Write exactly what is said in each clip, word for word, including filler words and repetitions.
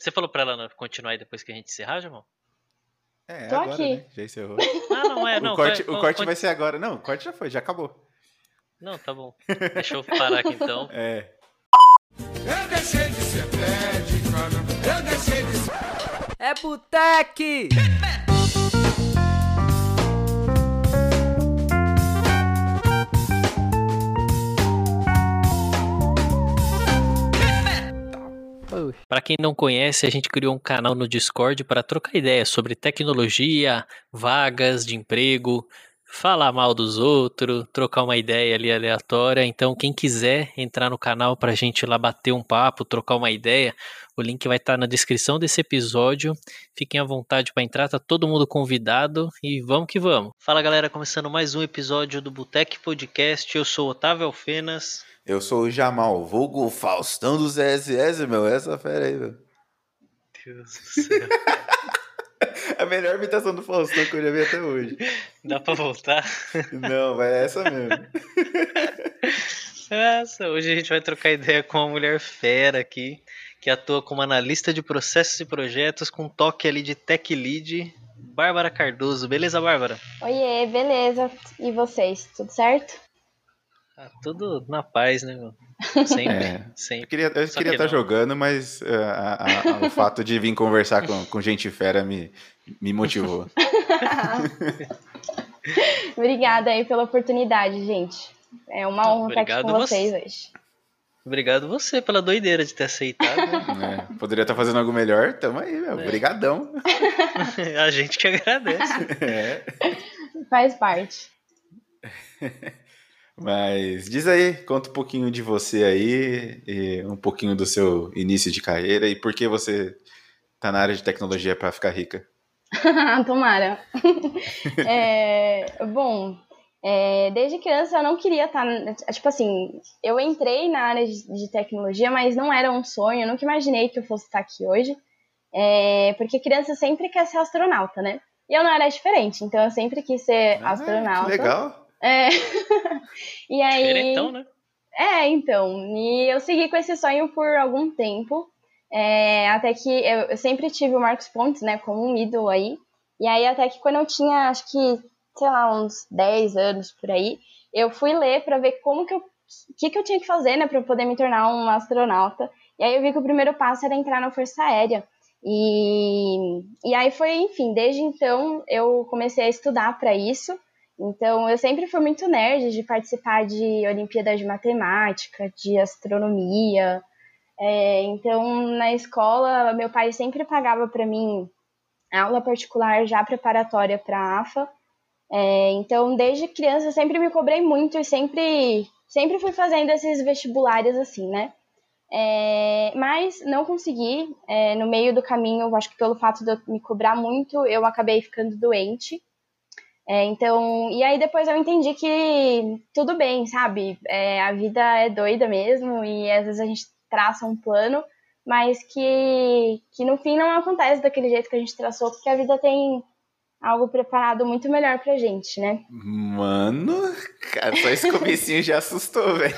Você falou pra ela não continuar aí depois que a gente encerrar, Jamal? É, Tô agora, aqui. né? Já encerrou. Ah, não, é, não. O corte, vai, o corte vai, vai ser agora. Não, o corte já foi, já acabou. Não, tá bom. Deixa eu parar aqui então. É. Eu deixei de ser pé de cana, eu deixei de ser... É Boteque! Para quem não conhece, a gente criou um canal no Discord para trocar ideias sobre tecnologia, vagas de emprego, falar mal dos outros, trocar uma ideia ali aleatória. Então, quem quiser entrar no canal para a gente lá bater um papo, trocar uma ideia, o link vai estar na descrição desse episódio. Fiquem à vontade para entrar, tá todo mundo convidado e vamos que vamos. Fala galera, começando mais um episódio do Boteque Podcast. Eu sou Otávio Alfenas. Eu sou o Jamal, vulgo Faustão do Z S S, meu. Essa fera aí, meu. Deus do céu. A melhor imitação do Faustão que eu já vi até hoje. Dá pra voltar? Não, vai essa mesmo. Nossa, hoje a gente vai trocar ideia com uma mulher fera aqui, que atua como analista de processos e projetos com toque ali de tech lead, Bárbara Cardoso. Beleza, Bárbara? Oiê, beleza. E vocês, tudo certo? Ah, tudo na paz, né, meu? Sempre, É. sempre. Eu queria, eu Só queria que estar não. jogando, mas uh, a- a- a- o fato de vir conversar com, com gente fera me, me motivou. Obrigada aí pela oportunidade, gente. É uma honra estar aqui Obrigado com você. vocês hoje. Obrigado você pela doideira de ter aceitado. Né? É, poderia estar fazendo algo melhor? Tamo aí, meu. É. Brigadão. A gente que agradece. É. Faz parte. Mas diz aí, conta um pouquinho de você aí, e um pouquinho do seu início de carreira e por que você tá na área de tecnologia para ficar rica. Tomara. É, bom, é, desde criança eu não queria estar... Tipo assim, eu entrei na área de, de tecnologia, mas não era um sonho. Eu nunca imaginei que eu fosse estar aqui hoje. É, porque criança sempre quer ser astronauta, né? E eu não era diferente, então eu sempre quis ser Ah, astronauta. que legal. É. E aí... Diferentão, né? É, então, e eu segui com esse sonho por algum tempo, é, até que eu, eu sempre tive o Marcos Pontes, né, como um ídolo aí, e aí até que quando eu tinha, acho que, sei lá, uns dez anos por aí, eu fui ler pra ver como que eu, que que eu tinha que fazer, né, pra eu poder me tornar um astronauta, e aí eu vi que o primeiro passo era entrar na Força Aérea, e, e aí foi, enfim, desde então eu comecei a estudar pra isso. Então, eu sempre fui muito nerd de participar de Olimpíadas de Matemática, de Astronomia. É, então, na escola, meu pai sempre pagava para mim aula particular já preparatória para a AFA. É, então, desde criança, eu sempre me cobrei muito e sempre, sempre fui fazendo esses vestibulares assim, né? É, mas não consegui. É, no meio do caminho, acho que pelo fato de eu me cobrar muito, eu acabei ficando doente. É, então, e aí depois eu entendi que tudo bem, sabe? É, a vida é doida mesmo e às vezes a gente traça um plano, mas que, que no fim não acontece daquele jeito que a gente traçou, porque a vida tem algo preparado muito melhor pra gente, né? Mano, cara, só esse comecinho já assustou, velho.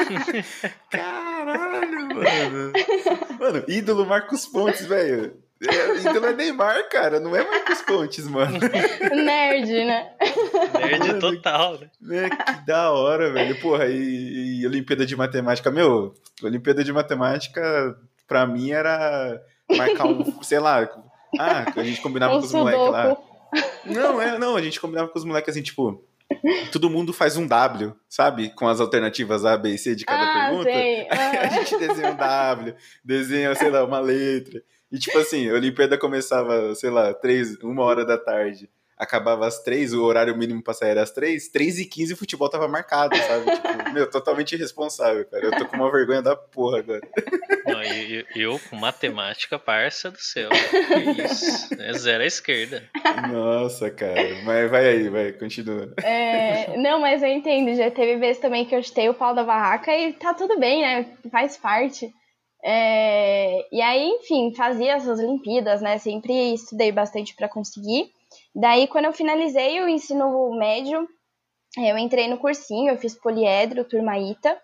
Caralho, mano. Mano, ídolo Marcos Pontes, velho. É, ídolo é Neymar, cara, não é Marcos Pontes, mano. Nerd, né? Nerd Mano, total, né? É, que da hora, velho. Porra, e, e Olimpíada de Matemática? Meu, Olimpíada de Matemática, pra mim, era marcar um, sei lá... Ah, a gente combinava Um com os moleques lá. sudoku. Não, é, não, a gente combinava com os moleques assim, tipo... Todo mundo faz um W, sabe? Com as alternativas A, B e C de cada Ah, pergunta. sei. Aí a gente desenha um W, desenha, sei lá, uma letra. E tipo assim, a Olimpíada começava, sei lá, três, uma hora da tarde. Acabava às três, o horário mínimo pra sair era às três, três e quinze o futebol tava marcado, sabe? Tipo, meu, totalmente irresponsável, cara. Eu tô com uma vergonha da porra agora. Não, eu, eu com matemática, parça do céu. Que isso? É zero à esquerda. Nossa, cara. Mas vai aí, vai, continua. É, não, mas eu entendo. Já teve vezes também que eu chutei o pau da barraca e tá tudo bem, né? Faz parte. É, e aí, enfim, fazia essas Olimpíadas, né? Sempre estudei bastante para conseguir. Daí, quando eu finalizei o ensino médio, eu entrei no cursinho, eu fiz poliedro, turma ITA.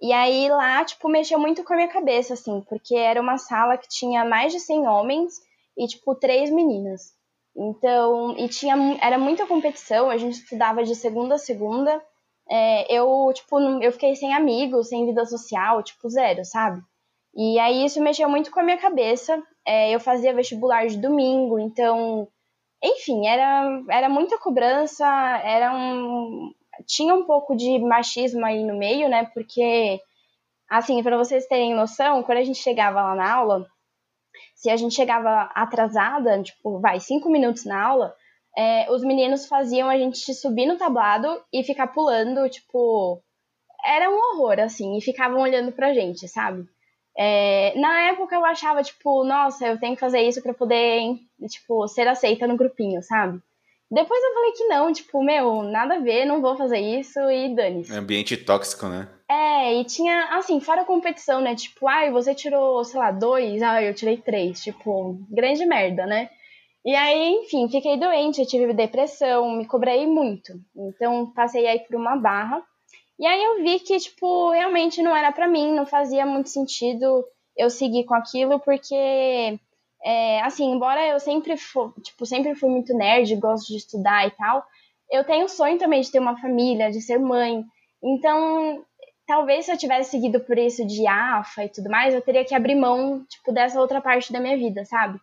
E aí lá, tipo, mexeu muito com a minha cabeça, assim, porque era uma sala que tinha mais de cem homens e, tipo, três meninas. Então, e tinha, era muita competição, a gente estudava de segunda a segunda. É, eu, tipo, eu fiquei sem amigos, sem vida social, tipo, zero, sabe? E aí isso mexeu muito com a minha cabeça. É, eu fazia vestibular de domingo, então, enfim, era, era muita cobrança, era um, tinha um pouco de machismo aí no meio, né? Porque, assim, para vocês terem noção, quando a gente chegava lá na aula, se a gente chegava atrasada, tipo, vai, cinco minutos na aula, é, os meninos faziam a gente subir no tablado e ficar pulando, tipo, era um horror, assim, e ficavam olhando pra gente, sabe? É, na época eu achava, tipo, nossa, eu tenho que fazer isso pra poder, tipo, ser aceita no grupinho, sabe? Depois eu falei que não, tipo, meu, nada a ver, não vou fazer isso e dane-se. Ambiente tóxico, né? É, e tinha, assim, fora a competição, né? Tipo, ai, você tirou, sei lá, dois, ai, eu tirei três. Tipo, grande merda, né? E aí, enfim, fiquei doente, eu tive depressão, me cobrei muito. Então, passei aí por uma barra. E aí eu vi que, tipo, realmente não era pra mim, não fazia muito sentido eu seguir com aquilo, porque, é, assim, embora eu sempre, fu, tipo, sempre fui muito nerd, gosto de estudar e tal, eu tenho o sonho também de ter uma família, de ser mãe. Então, talvez se eu tivesse seguido por isso de afa e tudo mais, eu teria que abrir mão, tipo, dessa outra parte da minha vida, sabe?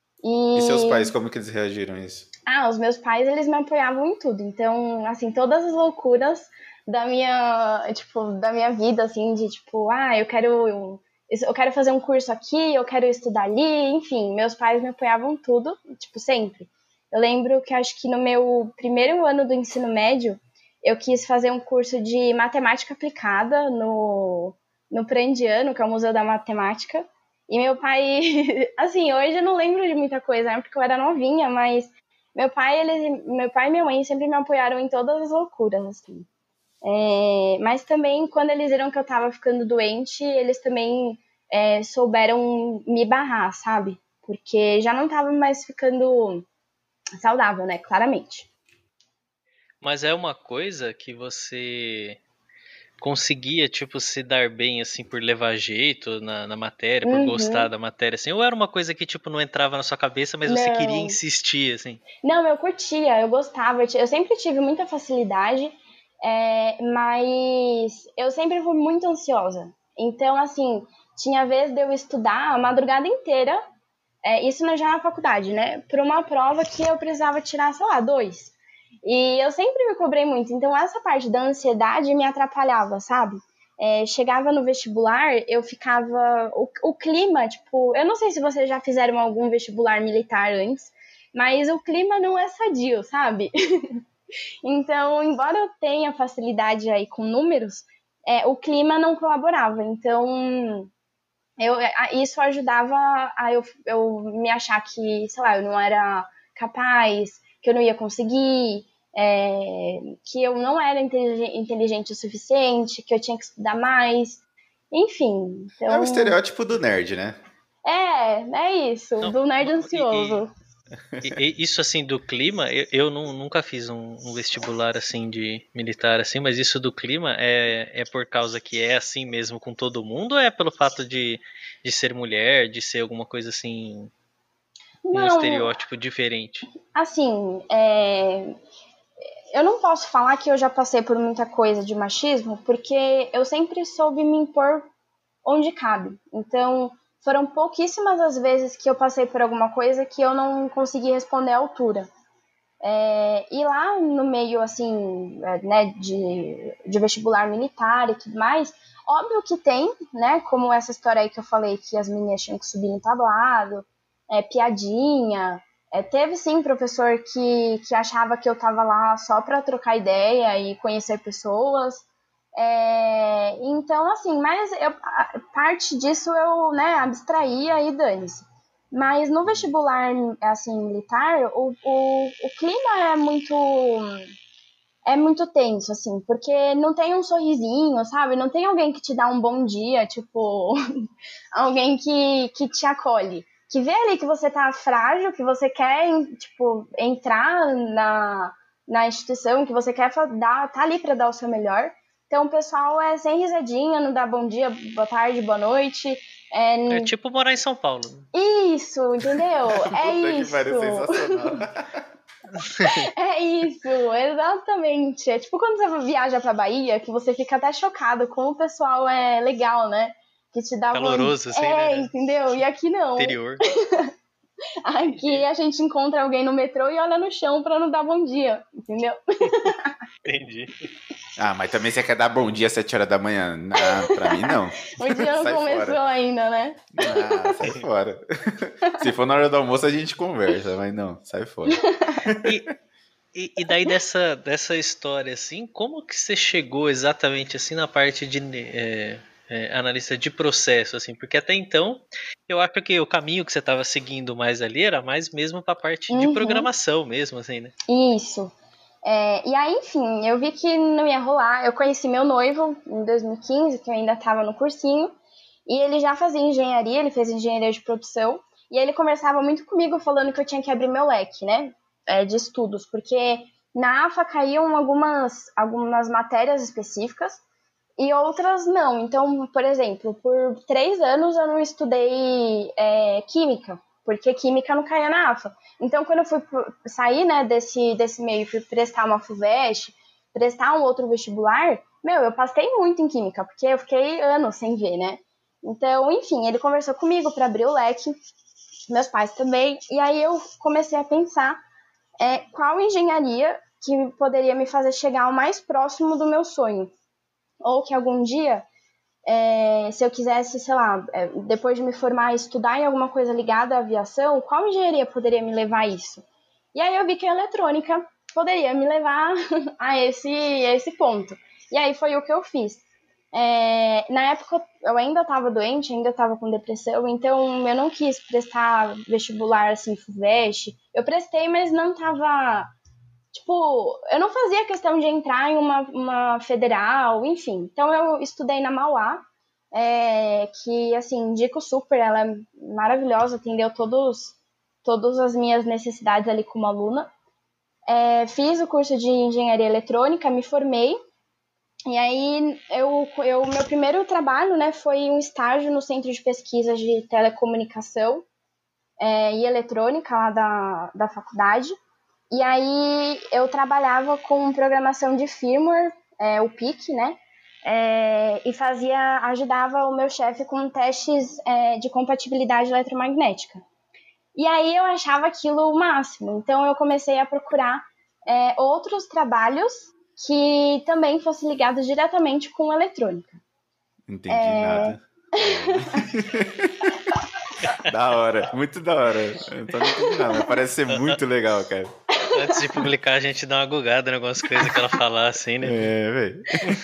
E seus E... pais, como que eles reagiram a isso? Ah, os meus pais, eles me apoiavam em tudo. Então, assim, todas as loucuras da minha, tipo, da minha vida, assim, de tipo, ah, eu quero, eu, eu quero fazer um curso aqui, eu quero estudar ali, enfim, meus pais me apoiavam em tudo, tipo, sempre. Eu lembro que acho que no meu primeiro ano do ensino médio, eu quis fazer um curso de matemática aplicada no, no Prandiano, que é o Museu da Matemática. E meu pai, assim, hoje eu não lembro de muita coisa, né, porque eu era novinha, mas meu pai, eles, meu pai e minha mãe sempre me apoiaram em todas as loucuras, assim. É, mas também, quando eles viram que eu tava ficando doente, eles também é, souberam me barrar, sabe? Porque já não tava mais ficando saudável, né? Claramente. Mas é uma coisa que você conseguia, tipo, se dar bem, assim, por levar jeito na, na matéria, por gostar Uhum. da matéria, assim? Ou era uma coisa que, tipo, não entrava na sua cabeça, mas você queria Não. insistir, assim? Não, eu curtia, eu gostava. Eu, ti- eu sempre tive muita facilidade, é, mas eu sempre fui muito ansiosa. Então, assim, tinha vez de eu estudar a madrugada inteira, é, isso na- já na faculdade, né? Para uma prova que eu precisava tirar, sei lá, dois. E eu sempre me cobrei muito. Então, essa parte da ansiedade me atrapalhava, sabe? É, chegava no vestibular, eu ficava. O, o clima, tipo, eu não sei se vocês já fizeram algum vestibular militar antes, mas o clima não é sadio, sabe? Então, embora eu tenha facilidade aí com números, é, o clima não colaborava. Então, eu, a- isso ajudava a eu, eu me achar que, sei lá, eu não era capaz, que eu não ia conseguir, é, que eu não era inteligente, inteligente o suficiente, que eu tinha que estudar mais. Enfim, É o então. estereótipo do nerd, né? É, é isso, Não, do nerd e, e- ansioso. e- e isso, assim, do clima, eu, eu nu- nunca fiz um, um vestibular, assim, de militar, assim, mas isso do clima é, é por causa que é assim mesmo com todo mundo, ou é pelo fato de, de ser mulher, de ser alguma coisa, assim, um Não, estereótipo diferente? assim, é, eu não posso falar que eu já passei por muita coisa de machismo, porque eu sempre soube me impor onde cabe. Então, foram pouquíssimas as vezes que eu passei por alguma coisa que eu não consegui responder à altura. É, e lá no meio, assim, é, né, de, de vestibular militar e tudo mais, óbvio que tem, né, como essa história aí que eu falei, que as meninas tinham que subir no tablado, é, piadinha, é, teve sim professor que, que achava que eu tava lá só para trocar ideia e conhecer pessoas, é, então, assim, mas eu, a, parte disso eu, né, abstraía e dane-se. Mas no vestibular, assim, militar, o, o, o clima é muito é muito tenso, assim, porque não tem um sorrisinho, sabe? Não tem alguém que te dá um bom dia, tipo, alguém que, que te acolhe. Que vê ali que você tá frágil, que você quer, tipo, entrar na, na instituição, que você quer dar, tá ali para dar o seu melhor, Então o pessoal é sem risadinha, não dá bom dia, boa tarde, boa noite. É, É tipo morar em São Paulo. Isso, entendeu? É Puta isso. que pariu, sensacional. É isso, exatamente. É tipo quando você viaja pra Bahia, que você fica até chocado como o pessoal é legal, né? Que te dá Caloroso, assim, É, né? entendeu? E aqui não. Interior. Aqui a gente encontra alguém no metrô e olha no chão pra não dar bom dia, entendeu? Entendi. Ah, mas também você quer dar bom dia às sete horas da manhã? Não, pra mim não. O dia não Sai começou fora. ainda, né? Ah, sai fora. Se for na hora do almoço a gente conversa, mas não, sai fora. E, e, e daí dessa, dessa história, assim, como que você chegou exatamente assim na parte de é, é, analista de processo, assim? Porque até então eu acho que o caminho que você estava seguindo mais ali era mais mesmo para a parte de Uhum. programação mesmo, assim, né? Isso. É, e aí, enfim, eu vi que não ia rolar. Eu conheci meu noivo em dois mil e quinze, que eu ainda estava no cursinho, e ele já fazia engenharia, ele fez engenharia de produção, e ele conversava muito comigo falando que eu tinha que abrir meu leque, né, é, de estudos, porque na AFA caíam algumas, algumas matérias específicas e outras não. Então, por exemplo, por três anos eu não estudei é, química, porque química não caía na AFA. Então, quando eu fui sair, né, desse, desse meio, fui prestar uma FUVEST, prestar um outro vestibular, meu, eu passei muito em química, porque eu fiquei anos sem ver, né? Então, enfim, ele conversou comigo para abrir o leque, meus pais também, e aí eu comecei a pensar é, qual engenharia que poderia me fazer chegar ao mais próximo do meu sonho. Ou que algum dia, é, se eu quisesse, sei lá, é, depois de me formar, estudar em alguma coisa ligada à aviação, qual engenharia poderia me levar a isso? E aí eu vi que a eletrônica poderia me levar a esse, a esse ponto. E aí foi o que eu fiz. É, na época eu ainda estava doente, ainda estava com depressão, então eu não quis prestar vestibular assim, FUVEST. Eu prestei, mas não estava... Tipo, eu não fazia questão de entrar em uma, uma federal, enfim. Então eu estudei na Mauá, é, que, assim, indico super, ela é maravilhosa, atendeu todos, todas as minhas necessidades ali como aluna. É, fiz o curso de engenharia eletrônica, me formei. E aí, eu, eu, meu primeiro trabalho, né, foi um estágio no Centro de Pesquisa de Telecomunicação é, e Eletrônica lá da, da faculdade. E aí eu trabalhava com programação de firmware, é, o P I C, né? É, e fazia, ajudava o meu chefe com testes é, de compatibilidade eletromagnética. E aí eu achava aquilo o máximo. Então eu comecei a procurar é, outros trabalhos que também fossem ligados diretamente com eletrônica. Entendi é... nada. É... Da hora, muito da hora. Eu tô não entendi nada, mas parece ser muito legal, cara. Antes de publicar, a gente dá uma gugada em algumas coisas que ela falar, assim, né? É, velho.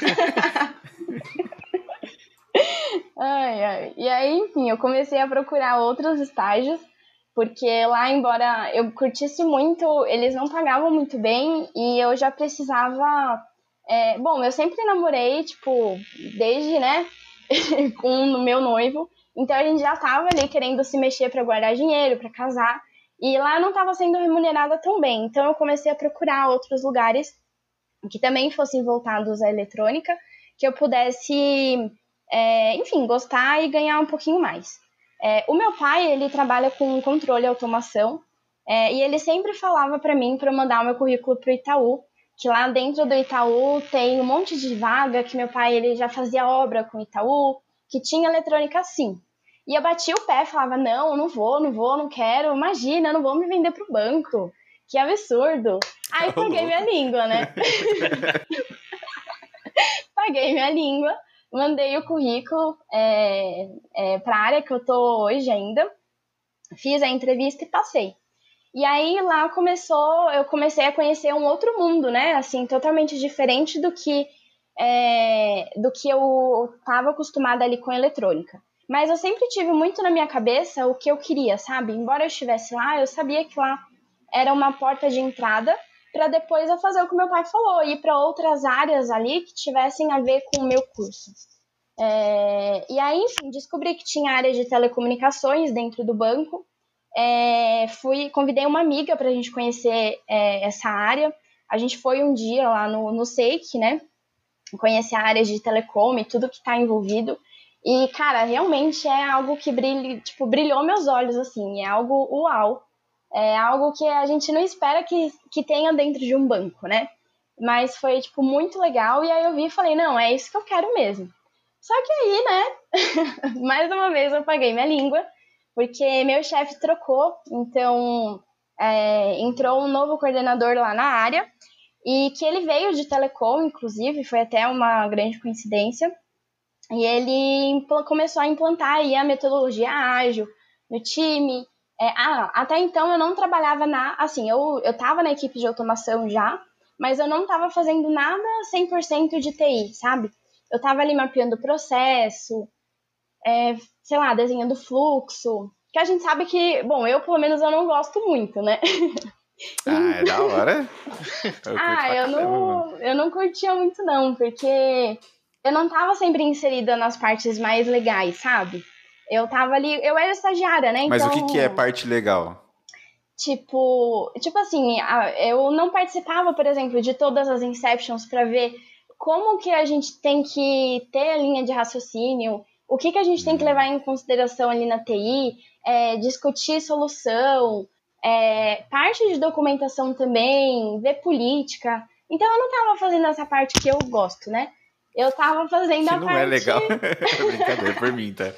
Ai, ai. E aí, enfim, eu comecei a procurar outros estágios, porque lá, embora eu curtisse muito, eles não pagavam muito bem e eu já precisava... É, bom, eu sempre namorei, tipo, desde, né, com o meu noivo, então a gente já tava ali querendo se mexer para guardar dinheiro, para casar, e lá eu não estava sendo remunerada tão bem, então eu comecei a procurar outros lugares que também fossem voltados à eletrônica, que eu pudesse, é, enfim, gostar e ganhar um pouquinho mais. É, o meu pai, ele trabalha com controle e automação, é, e ele sempre falava para mim para eu mandar o meu currículo para o Itaú, que lá dentro do Itaú tem um monte de vaga, que meu pai ele já fazia obra com o Itaú, que tinha eletrônica sim. E eu batia o pé, falava, não, não vou, não vou, não quero, imagina, eu não vou me vender pro banco, que absurdo. Aí oh, paguei louco. minha língua, né? Paguei minha língua, mandei o currículo é, é, para a área que eu tô hoje ainda, fiz a entrevista e passei. E aí lá começou, eu comecei a conhecer um outro mundo, né? Assim, totalmente diferente do que, é, do que eu estava acostumada ali com a eletrônica. Mas eu sempre tive muito na minha cabeça o que eu queria, sabe? Embora eu estivesse lá, eu sabia que lá era uma porta de entrada para depois eu fazer o que meu pai falou, ir para outras áreas ali que tivessem a ver com o meu curso. É, e aí, enfim, descobri que tinha área de telecomunicações dentro do banco. É, fui, convidei uma amiga para a gente conhecer é, essa área. A gente foi um dia lá no, no SEIC, né? conhecer a área de telecom e tudo que está envolvido. E, cara, realmente é algo que brilha, tipo, brilhou meus olhos, assim, é algo uau. É algo que a gente não espera que, que tenha dentro de um banco, né? Mas foi, tipo, muito legal. E aí eu vi e falei, não, é isso que eu quero mesmo. Só que aí, né, mais uma vez eu paguei minha língua, porque meu chefe trocou, então é, entrou um novo coordenador lá na área, e que ele veio de telecom, inclusive, foi até uma grande coincidência, e ele começou a implantar aí a metodologia ágil no time. É, ah, até então eu não trabalhava na, assim, eu, eu tava na equipe de automação já, mas eu não tava fazendo nada cem por cento de T I, sabe? Eu tava ali mapeando o processo, é, sei lá, desenhando fluxo, que a gente sabe que, bom, eu pelo menos eu não gosto muito, né? Ah, é da hora. Eu ah, eu não, eu não curtia muito não, porque eu não tava sempre inserida nas partes mais legais, sabe? Eu tava ali, eu era estagiária, né? Mas então, o que, que é parte legal? Tipo, tipo assim, eu não participava, por exemplo, de todas as Inceptions para ver como que a gente tem que ter a linha de raciocínio, o que, que a gente hum. tem que levar em consideração ali na T I, é, discutir solução, é, parte de documentação também, ver política. Então eu não tava fazendo essa parte que eu gosto, né? Eu tava fazendo que a não parte... é legal. Brincadeira, por mim, tá?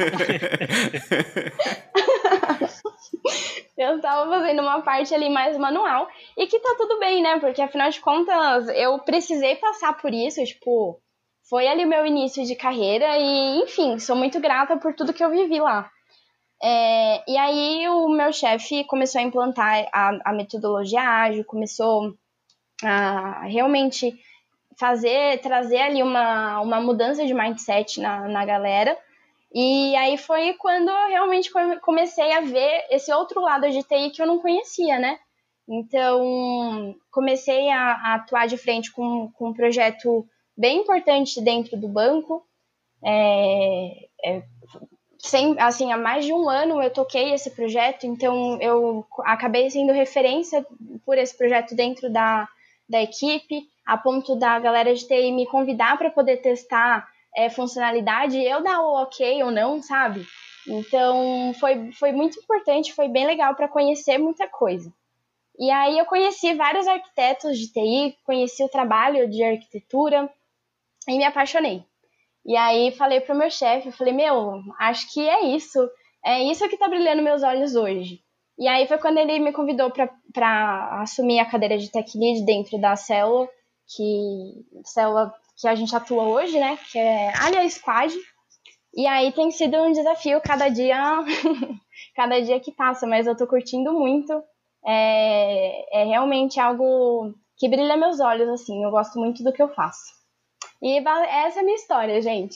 Eu tava fazendo uma parte ali mais manual, e que tá tudo bem, né? Porque afinal de contas, eu precisei passar por isso, tipo, foi ali o meu início de carreira e, enfim, sou muito grata por tudo que eu vivi lá. É, e aí o meu chefe começou a implantar a, a metodologia ágil, começou a realmente fazer, trazer ali uma, uma mudança de mindset na, na galera. E aí foi quando eu realmente comecei a ver esse outro lado de T I que eu não conhecia, né? Então, comecei a, a atuar de frente com, com um projeto bem importante dentro do banco. É, é, sem, assim, há mais de um ano eu toquei esse projeto, então eu acabei sendo referência por esse projeto dentro da, da equipe, a ponto da galera de T I me convidar para poder testar É, funcionalidade, eu dar o ok ou não, sabe? Então, foi, foi muito importante, foi bem legal para conhecer muita coisa. E aí eu conheci vários arquitetos de T I, conheci o trabalho de arquitetura e me apaixonei. E aí falei pro meu chefe, eu falei, meu, acho que é isso, é isso que tá brilhando meus olhos hoje. E aí foi quando ele me convidou para assumir a cadeira de Tech Lead dentro da célula, que célula que a gente atua hoje, né, que é Alia Squad, e aí tem sido um desafio cada dia, cada dia que passa, mas eu tô curtindo muito, é, é realmente algo que brilha meus olhos, assim, eu gosto muito do que eu faço. E essa é a minha história, gente.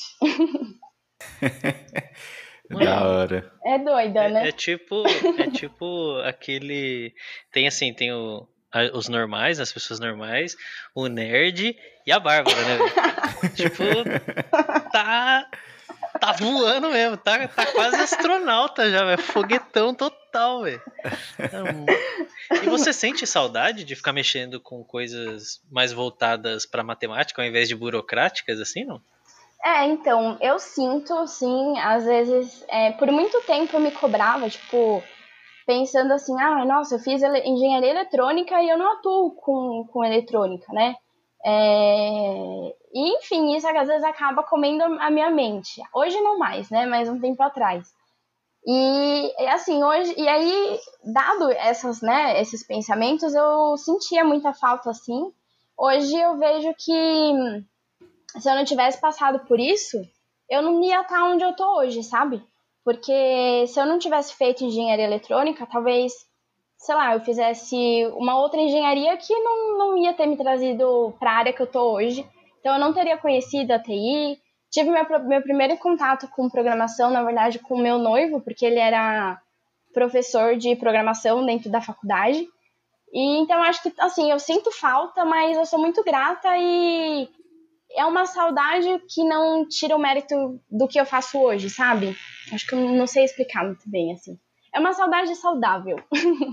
Da hora. É doida, né? É, é tipo, é tipo aquele, tem assim, tem o os normais, as pessoas normais, o nerd e a Bárbara, né, velho? Tipo, tá, tá voando mesmo, tá, tá quase astronauta já, velho. Foguetão total, velho. E você sente saudade de ficar mexendo com coisas mais voltadas pra matemática ao invés de burocráticas, assim, não? É, então, eu sinto, sim, às vezes, é, por muito tempo eu me cobrava, tipo, pensando assim, ah, nossa, eu fiz ele- engenharia eletrônica e eu não atuo com, com eletrônica, né? É, e, enfim, isso às vezes acaba comendo a minha mente. Hoje não mais, né? Mas um tempo atrás. E, assim, hoje... E aí, dado essas, né, esses pensamentos, eu sentia muita falta, assim. Hoje eu vejo que se eu não tivesse passado por isso, eu não ia estar onde eu tô hoje, sabe? Porque se eu não tivesse feito engenharia eletrônica, talvez, sei lá, eu fizesse uma outra engenharia que não, não ia ter me trazido para a área que eu tô hoje. Então eu não teria conhecido a T I. Tive meu, meu primeiro contato com programação, na verdade, com o meu noivo, porque ele era professor de programação dentro da faculdade. E então acho que, assim, eu sinto falta, mas eu sou muito grata e é uma saudade que não tira o mérito do que eu faço hoje, sabe? Acho que eu não sei explicar muito bem, assim. É uma saudade saudável.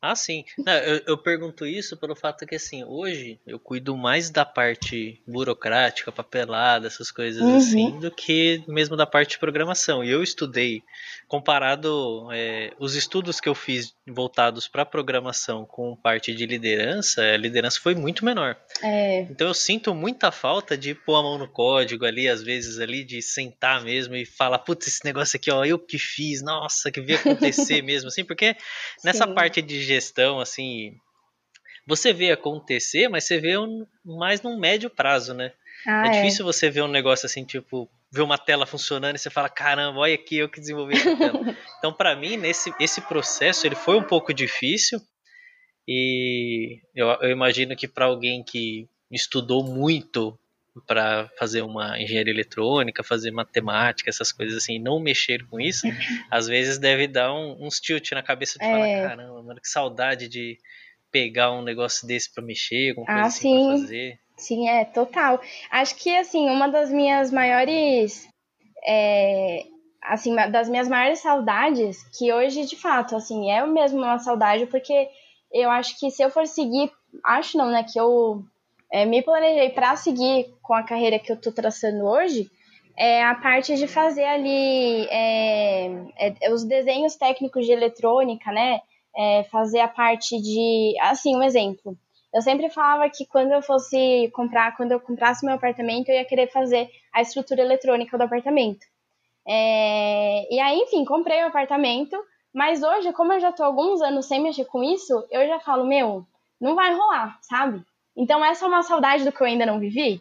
Ah, sim. Não, eu, eu pergunto isso pelo fato que, assim, hoje eu cuido mais da parte burocrática, papelada, essas coisas assim, Uhum. do que mesmo da parte de programação. E eu estudei, comparado é, os estudos que eu fiz voltados para programação com parte de liderança, a liderança foi muito menor. É, Então eu sinto muita falta de pôr a mão no código ali, às vezes ali, de sentar mesmo e falar, putz, esse negócio aqui, ó, eu que fiz, nossa, que vi acontecer mesmo, assim, porque nessa sim. parte de gestão, assim, você vê acontecer, mas você vê um, mais num médio prazo, né? É Ah, é. difícil você ver um negócio assim, tipo, ver uma tela funcionando e você fala, caramba, olha aqui, eu que desenvolvi essa tela. Então, para mim, nesse esse processo, ele foi um pouco difícil, e eu, eu imagino que para alguém que estudou muito para fazer uma engenharia eletrônica, fazer matemática, essas coisas assim, não mexer com isso, às vezes deve dar um, uns tilt na cabeça de falar, É. caramba, mano, que saudade de pegar um negócio desse para mexer, alguma coisa Ah, assim para sim. fazer. Sim, é, total. Acho que, assim, uma das minhas maiores... é, assim, ma- das minhas maiores saudades, que hoje, de fato, assim, é mesmo uma saudade, porque eu acho que se eu for seguir... Acho não, né? Que eu é, me planejei para seguir com a carreira que eu tô traçando hoje, é a parte de fazer ali é, é, os desenhos técnicos de eletrônica, né? É, fazer a parte de... Assim, um exemplo. Eu sempre falava que quando eu fosse comprar, quando eu comprasse meu apartamento, eu ia querer fazer a estrutura eletrônica do apartamento. É, e aí, enfim, comprei o apartamento, mas hoje, como eu já tô há alguns anos sem mexer com isso, eu já falo, meu, não vai rolar, sabe? Então essa é uma saudade do que eu ainda não vivi.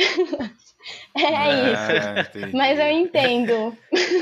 É isso. Ah, Mas eu entendi. entendo.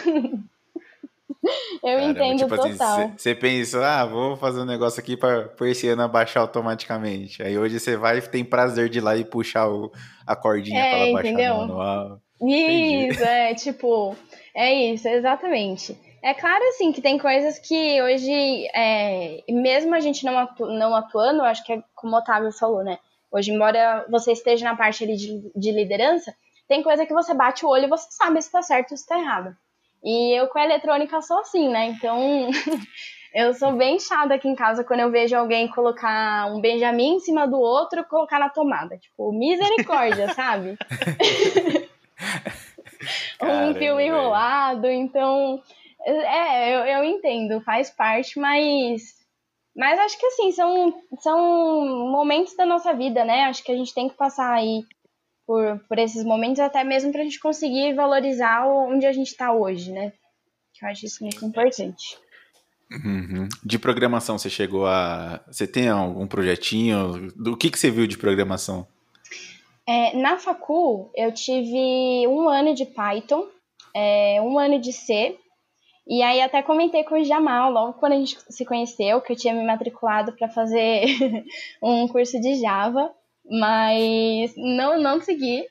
Eu Caramba, entendo tipo assim, total. você pensa, ah, vou fazer um negócio aqui para esse ano abaixar automaticamente. Aí hoje você vai e tem prazer de ir lá e puxar o, a cordinha para ela É, baixar no entendeu? manual. Entendi. Isso, é, tipo, é isso, exatamente. É claro, assim, que tem coisas que hoje, é, mesmo a gente não, atu não atuando, eu acho que é como o Otávio falou, né? Hoje, embora você esteja na parte ali de, de liderança, tem coisa que você bate o olho e você sabe se tá certo ou se tá errado. E eu com a eletrônica sou assim, né? Então, eu sou bem chata aqui em casa quando eu vejo alguém colocar um Benjamin em cima do outro e colocar na tomada. Tipo, misericórdia, sabe? Um fio Caramba, velho. enrolado, então é, eu, eu entendo, faz parte, mas mas acho que assim, são, são momentos da nossa vida, né? Acho que a gente tem que passar aí por, por esses momentos, até mesmo pra gente conseguir valorizar onde a gente tá hoje, né? Que eu acho isso muito Sim, é. importante. Uhum. De programação, você chegou a. Você tem algum projetinho? Do que, que você viu de programação? É, na facul, eu tive um ano de Python, é, um ano de C. E aí até comentei com o Jamal, logo quando a gente se conheceu, que eu tinha me matriculado para fazer um curso de Java, mas não, não segui.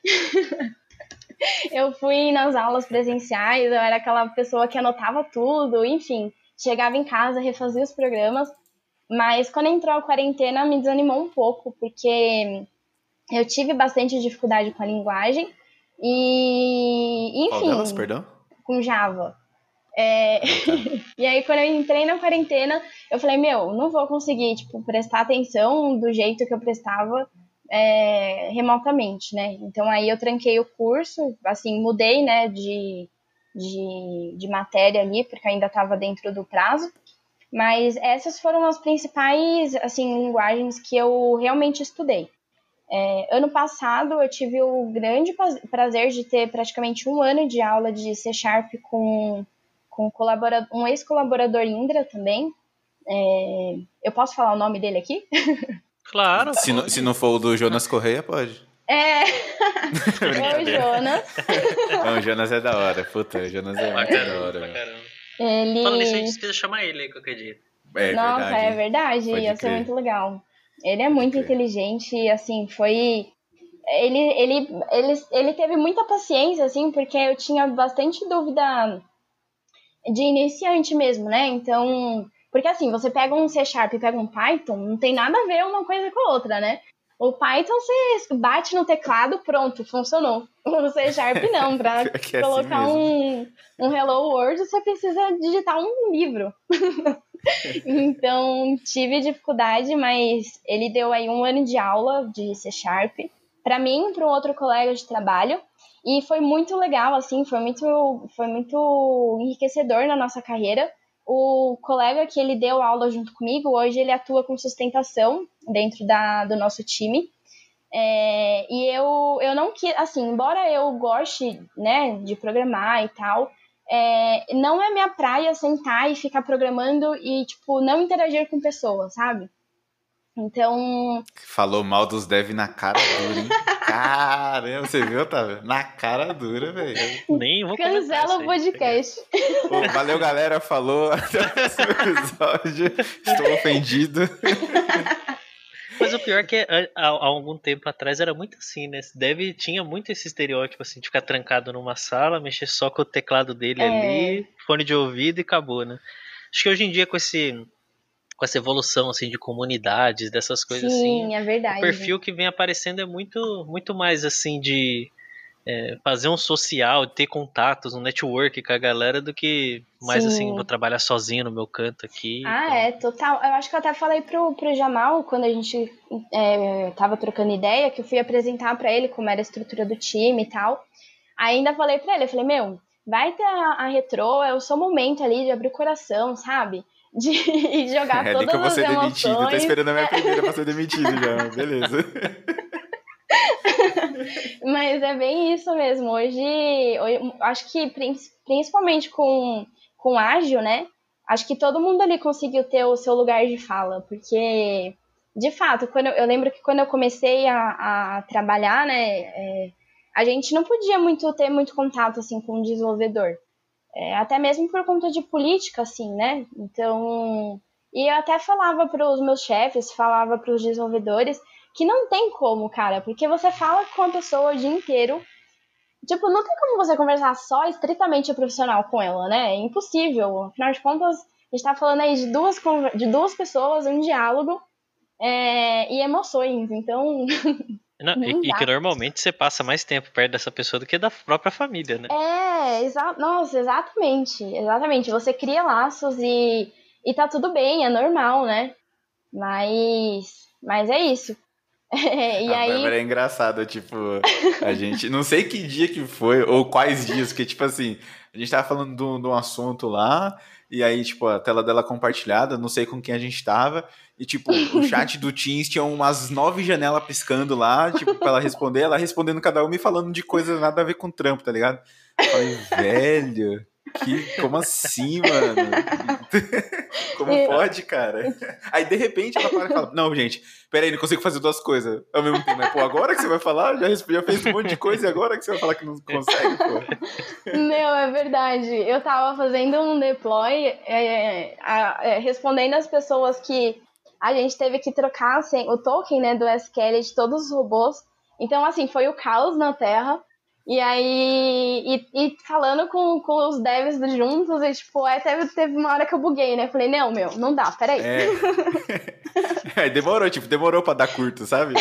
Eu fui nas aulas presenciais, eu era aquela pessoa que anotava tudo, enfim, chegava em casa, refazia os programas, mas quando entrou a quarentena me desanimou um pouco, porque eu tive bastante dificuldade com a linguagem e, Qual delas, enfim, perdão? com Java. É... Ah, tá. E aí, quando eu entrei na quarentena, eu falei, meu, não vou conseguir, tipo, prestar atenção do jeito que eu prestava é, remotamente, né? Então, aí eu tranquei o curso, assim, mudei, né, de, de, de matéria ali, porque ainda estava dentro do prazo. Mas essas foram as principais, assim, linguagens que eu realmente estudei. É, ano passado, eu tive o grande prazer de ter praticamente um ano de aula de C Sharp com com um ex-colaborador Indra também. É, eu posso falar o nome dele aqui? Claro, Se não, se pode. não for o do Jonas Correia, pode. É, é o Brincadeira. Jonas. Não, o Jonas é da hora. Puta, o Jonas é Pra muito da caramba, hora, pra velho. caramba. Falando nisso, a gente Ele. precisa chamar ele aí qualquer dia. É Nossa, é verdade. verdade, Pode ia ser crer. muito legal. Ele é Pode muito crer. inteligente e, assim, foi. Ele, ele, ele, ele teve muita paciência, assim, porque eu tinha bastante dúvida de iniciante mesmo, né? Então. Porque, assim, você pega um C Sharp e pega um Python, não tem nada a ver uma coisa com a outra, né? O Python você bate no teclado, pronto, funcionou. O C Sharp não, para É que é colocar assim um, um Hello World você precisa digitar um livro. Então tive dificuldade, mas ele deu aí um ano de aula de C Sharp para mim e para um outro colega de trabalho. E foi muito legal, assim, foi muito, foi muito enriquecedor na nossa carreira. O colega que ele deu aula junto comigo, hoje ele atua com sustentação dentro da, do nosso time. É, e eu, eu não quis, assim, embora eu goste, né, de programar e tal, é, não é minha praia sentar e ficar programando e, tipo, não interagir com pessoas, sabe? Então... Falou mal dos devs na cara dura, hein? Caramba, você viu, Otávio? Na cara dura, velho. Nem vou Cancela o podcast. Pô, valeu, galera. Falou. Até o próximo episódio. Estou ofendido. Mas o pior é que há, há algum tempo atrás era muito assim, né? Dev tinha muito esse estereótipo assim, de ficar trancado numa sala, mexer só com o teclado dele É. ali, fone de ouvido e acabou, né? Acho que hoje em dia com esse... com essa evolução assim de comunidades, dessas coisas Sim, assim, é verdade. o perfil que vem aparecendo é muito, muito mais assim de é, fazer um social, ter contatos, um network com a galera do que mais Sim. assim, vou trabalhar sozinho no meu canto aqui. Ah, então... é, total. Eu acho que eu até falei pro, pro Jamal, quando a gente é, tava trocando ideia, que eu fui apresentar pra ele como era a estrutura do time e tal. Ainda falei pra ele, eu falei, meu, vai ter a, a retrô, é o seu momento ali de abrir o coração, sabe? De jogar É ali que eu todas vou as ser demitido. Tô emoções. esperando a minha primeira pra ser demitido já. Beleza. Mas é bem isso mesmo. Hoje, hoje acho que principalmente com, com ágil, né? Acho que todo mundo ali conseguiu ter o seu lugar de fala, porque, de fato, quando eu, eu lembro que quando eu comecei a, a trabalhar, né, é, a gente não podia muito ter muito contato, assim, com o desenvolvedor. É, até mesmo por conta de política, assim, né? Então, e eu até falava para os meus chefes, falava para os desenvolvedores, que não tem como, cara, porque você fala com a pessoa o dia inteiro, tipo, não tem como você conversar só estritamente profissional com ela, né? É impossível. Afinal de contas, a gente tá falando aí de duas, de duas pessoas, um diálogo é, e emoções, então... Não, não e, e dá. que normalmente você passa mais tempo perto dessa pessoa do que da própria família, né? É, exa nossa, exatamente, exatamente. Você cria laços e, e tá tudo bem, é normal, né? Mas, mas é isso. É, e A aí... Bárbara é engraçada, tipo, a gente, não sei que dia que foi, ou quais dias, porque, tipo assim, a gente tava falando de um, de um assunto lá, e aí, tipo, a tela dela compartilhada, não sei com quem a gente tava, e, tipo, o chat do Teams tinha umas nove janelas piscando lá, tipo, pra ela responder, ela respondendo cada uma e falando de coisa nada a ver com trampo, tá ligado? Eu falei, velho, que, como assim, mano? Como É. pode, cara? Aí, de repente, ela para e fala, não, gente, peraí, não consigo fazer duas coisas ao mesmo tempo. Mas, pô, agora que você vai falar, já, já fez um monte de coisa e agora que você vai falar que não consegue, pô. Meu, é verdade. Eu tava fazendo um deploy, é, é, respondendo as pessoas que a gente teve que trocar assim, o token, né, do S Q L de todos os robôs. Então, assim, foi o caos na Terra. E aí, e, e falando com, com os devs juntos, e tipo, aí teve, teve uma hora que eu buguei, né? Falei, não, meu, não dá, peraí. É. É, demorou, tipo, demorou pra dar curto, sabe?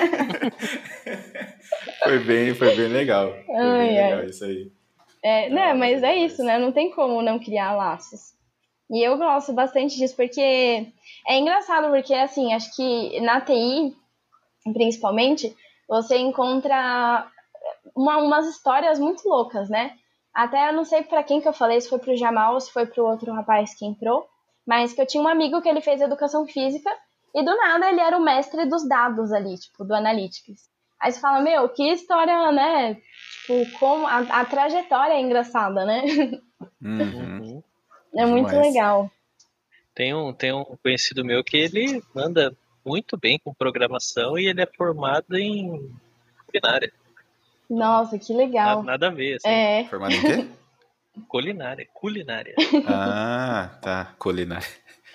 Foi bem, foi bem legal. Foi Ai, bem legal ai. isso aí. É, Da né, hora mas é demais. isso, né? Não tem como não criar laços. E eu gosto bastante disso, porque é engraçado, porque assim, acho que na T I, principalmente, você encontra uma, umas histórias muito loucas, né? Até eu não sei pra quem que eu falei, se foi pro Jamal ou se foi pro outro rapaz que entrou, mas que eu tinha um amigo que ele fez educação física e do nada ele era o mestre dos dados ali, tipo, do Analytics. Aí você fala, meu, que história, né? Tipo, como a, a trajetória é engraçada, né? Uhum. Uhum. É muito Demais. legal. Tem um, tem um conhecido meu que ele manda muito bem com programação e ele é formado em culinária. Nossa, que Nada, legal. nada a ver, assim. É, Formado em quê? Culinária, culinária. Ah, tá. Culinária.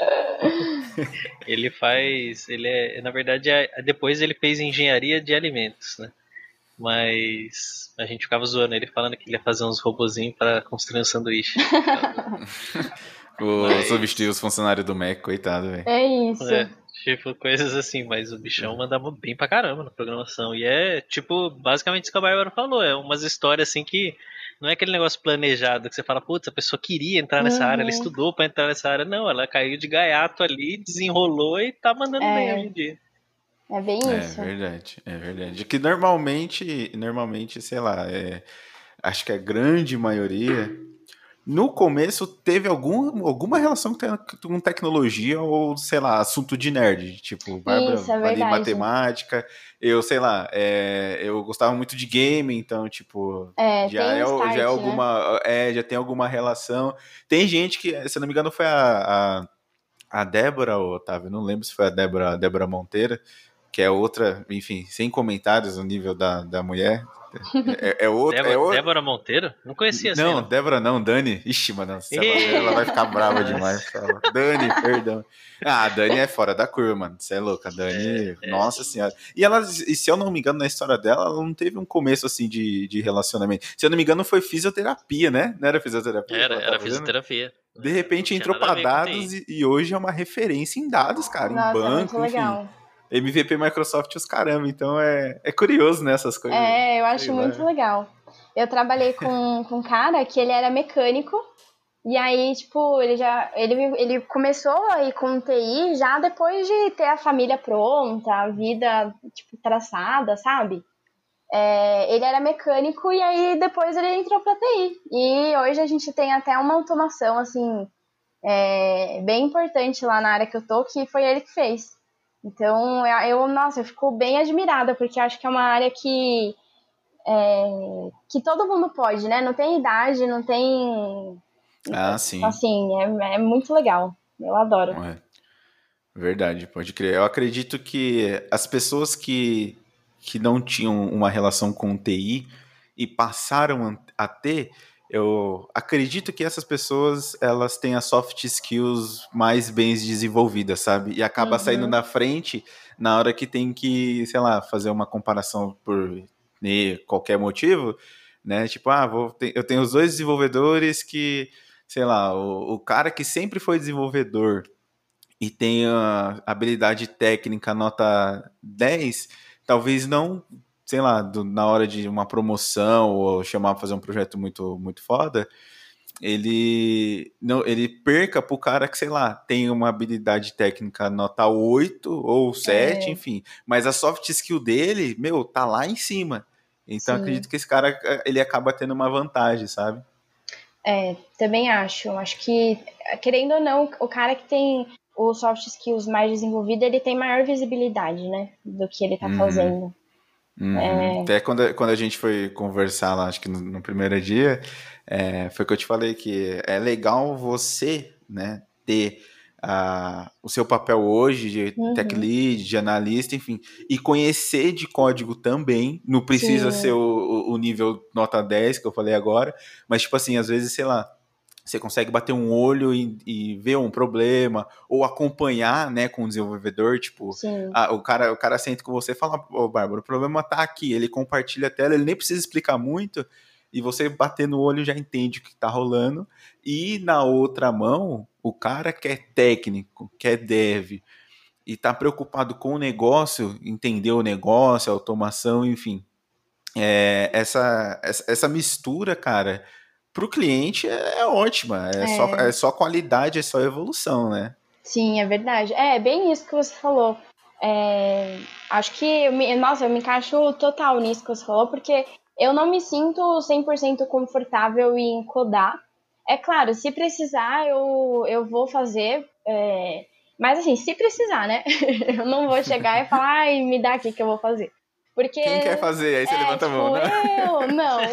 Ele faz, ele é, na verdade, é, depois ele fez engenharia de alimentos, né? Mas a gente ficava zoando ele falando que ele ia fazer uns robozinhos para construir um sanduíche. Vou Mas- substituir os funcionários do Mac, coitado, velho. é isso. É, Tipo, coisas assim, mas o bichão mandava bem pra caramba na programação. E é, tipo, basicamente isso que a Bárbara falou. É umas histórias assim que não é aquele negócio planejado que você fala, putz, a pessoa queria entrar nessa área, ela Uhum. estudou pra entrar nessa área. Não, ela caiu de gaiato ali, desenrolou e tá mandando bem hoje É, em dia. é bem É isso. verdade, é verdade. Que normalmente, normalmente, sei lá, é, acho que a grande maioria, no começo teve algum, alguma relação com, te- com tecnologia ou, sei lá, assunto de nerd. Tipo, Bárbara Isso, é ali verdade. matemática, eu, sei lá, é, eu gostava muito de game, então, tipo, É, já tem um é, o- já é start, né? alguma, é, já tem alguma relação. Tem gente que, se eu não me engano, foi a, a, a Débora, Otávio, não lembro se foi a Débora, a Débora Monteira, que é outra, enfim, sem comentários no nível da, da mulher. É, é outra, é Débora, outra. Débora Monteiro? Não conhecia essa aí, Não, não. Débora não, Dani. Ixi, mano, se ela ver, ela vai ficar brava demais. Nossa. Fala. Dani, perdão. Ah, a Dani é fora da curva, mano. Você é louca. A Dani, É, nossa senhora. E ela, e se eu não me engano, na história dela, ela não teve um começo assim de, de relacionamento. Se eu não me engano, foi fisioterapia, né? Não era fisioterapia que era, ela era tava fazendo? fisioterapia. De É, não repente tinha entrou nada a pra ver com dados T I. e, e hoje é uma referência em dados, cara, em Nossa, é muito banco, enfim. legal. M V P Microsoft os caramba, então é, é curioso, né, essas coisas, É, eu sei acho muito lá. legal. Eu trabalhei com, com um cara que ele era mecânico, e aí, tipo, ele já. Ele, ele começou aí com T I já depois de ter a família pronta, a vida, tipo, traçada, sabe? É, ele era mecânico e aí depois ele entrou pra T I. E hoje a gente tem até uma automação, assim, é, bem importante lá na área que eu tô, que foi ele que fez. Então, eu, nossa, eu fico bem admirada, porque acho que é uma área que, é, que todo mundo pode, né? Não tem idade, não tem. Ah, sim. Assim, é, é muito legal. Eu adoro. É, verdade, pode crer. Eu acredito que as pessoas que, que não tinham uma relação com T I e passaram a ter, eu acredito que essas pessoas elas têm as soft skills mais bem desenvolvidas, sabe? E acaba saindo Uhum. na frente na hora que tem que, sei lá, fazer uma comparação por né, qualquer motivo, né? Tipo, ah, vou ter- eu tenho os dois desenvolvedores que, sei lá, o, o cara que sempre foi desenvolvedor e tenha habilidade técnica nota dez, talvez não, sei lá, do- na hora de uma promoção ou chamar para fazer um projeto muito, muito foda, ele não, ele perca pro cara que, sei lá, tem uma habilidade técnica nota oito ou sete, É, enfim, mas a soft skill dele, meu, tá lá em cima. Então sim. acredito que esse cara ele acaba tendo uma vantagem, sabe? É, também acho. Acho que, querendo ou não, o cara que tem os soft skills mais desenvolvido, ele tem maior visibilidade, né? Do que ele tá Uhum. fazendo. Uhum. Até quando, quando a gente foi conversar lá, acho que no, no primeiro dia, é, foi que eu te falei que é legal você, né, ter ah, o seu papel hoje de tech Uhum. lead, de analista, enfim, e conhecer de código também. Não precisa ser Sim, o, o- o nível nota dez que eu falei agora, mas tipo assim, às vezes, sei lá, você consegue bater um olho e, e ver um problema, ou acompanhar, né, com o desenvolvedor, tipo, sim, ah, o cara, o cara senta com você e fala, ô Bárbara, o problema tá aqui, ele compartilha a tela, ele nem precisa explicar muito, e você bater no olho já entende o que tá rolando, e na outra mão, o cara que é técnico, que é dev, e tá preocupado com o negócio, entender o negócio, a automação, enfim, é, essa, essa, essa mistura, cara, para o cliente é, é ótima, é só, é, é só qualidade, é só evolução, né? sim, é verdade. É bem isso que você falou. É, acho que, eu me- nossa, eu me encaixo total nisso que você falou, porque eu não me sinto cem por cento confortável em codar. É claro, se precisar, eu, eu vou fazer. é, mas assim, se precisar, né? Eu não vou chegar e falar, ai, me dá aqui que eu vou fazer. Porque, Quem quer fazer? Aí você é, levanta a mão, tipo, né? eu, não.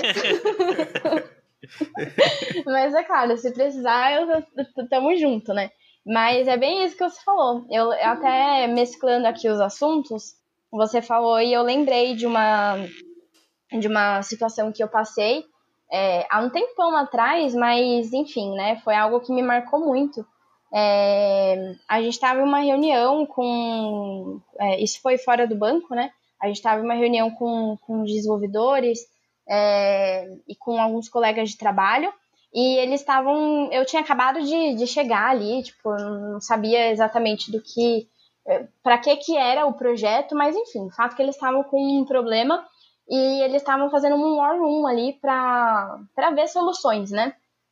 Mas é claro, se precisar, eu, t- tamo junto, né? Mas é bem isso que você falou. Eu eu até mesclando aqui os assuntos, você falou e eu lembrei de uma, de uma situação que eu passei é, há um tempão atrás, mas enfim, né? Foi algo que me marcou muito. É, a gente estava em uma reunião com. É, isso foi fora do banco, né? A gente estava em uma reunião com, com desenvolvedores é, e com alguns colegas de trabalho. E eles estavam. Eu tinha acabado de, de chegar ali, tipo, eu não sabia exatamente do que para que que era o projeto, mas enfim, o fato é que eles estavam com um problema e eles estavam fazendo um war room ali para para ver soluções, né?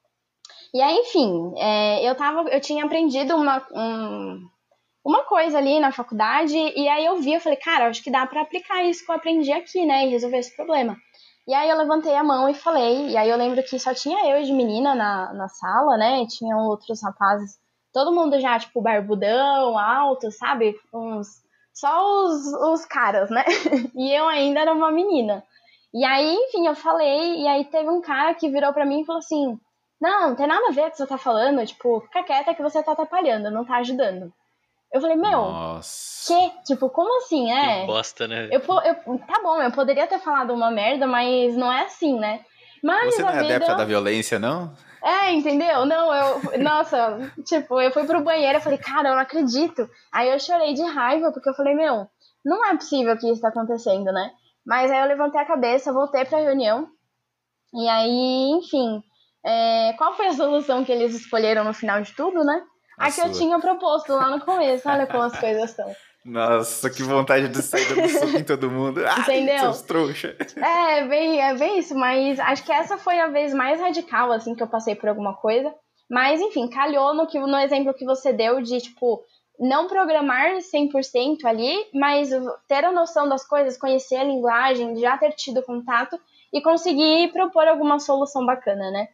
E aí, enfim, é, eu, tava, eu tinha aprendido uma, um, uma coisa ali na faculdade, e aí eu vi, eu falei, cara, acho que dá pra aplicar isso que eu aprendi aqui, né, e resolver esse problema. E aí eu levantei a mão e falei, e aí eu lembro que só tinha eu de menina na, na sala, né, e tinham outros rapazes, todo mundo já, tipo, barbudão, alto, sabe, uns, só os, os caras, né, e eu ainda era uma menina. E aí, enfim, eu falei, e aí teve um cara que virou pra mim e falou assim, não, não tem nada a ver com o que você tá falando, tipo, fica quieta que você tá atrapalhando, não tá ajudando. Eu falei, meu, Nossa. que? Tipo, como assim, é? Que bosta, né? Eu, eu, tá bom, eu poderia ter falado uma merda, mas não é assim, né? Mas Você não a é vida... adepta da violência, não? É, entendeu? Não, eu... Nossa, tipo, eu fui pro banheiro e falei, cara, eu não acredito. Aí eu chorei de raiva, porque eu falei, meu, não é possível que isso tá acontecendo, né? Mas aí eu levantei a cabeça, voltei pra reunião, e aí, enfim... É, qual foi a solução que eles escolheram no final de tudo, né? A A que eu sua. tinha proposto lá no começo. Olha como as coisas são. Nossa, que vontade de sair dando soco em todo mundo. Ai, Entendeu? seus trouxa. É bem, é bem isso, mas acho que essa foi a vez mais radical, assim, que eu passei por alguma coisa. Mas, enfim, calhou no, que, no exemplo que você deu de, tipo, não programar cem por cento ali, mas ter a noção das coisas, conhecer a linguagem, já ter tido contato e conseguir propor alguma solução bacana, né?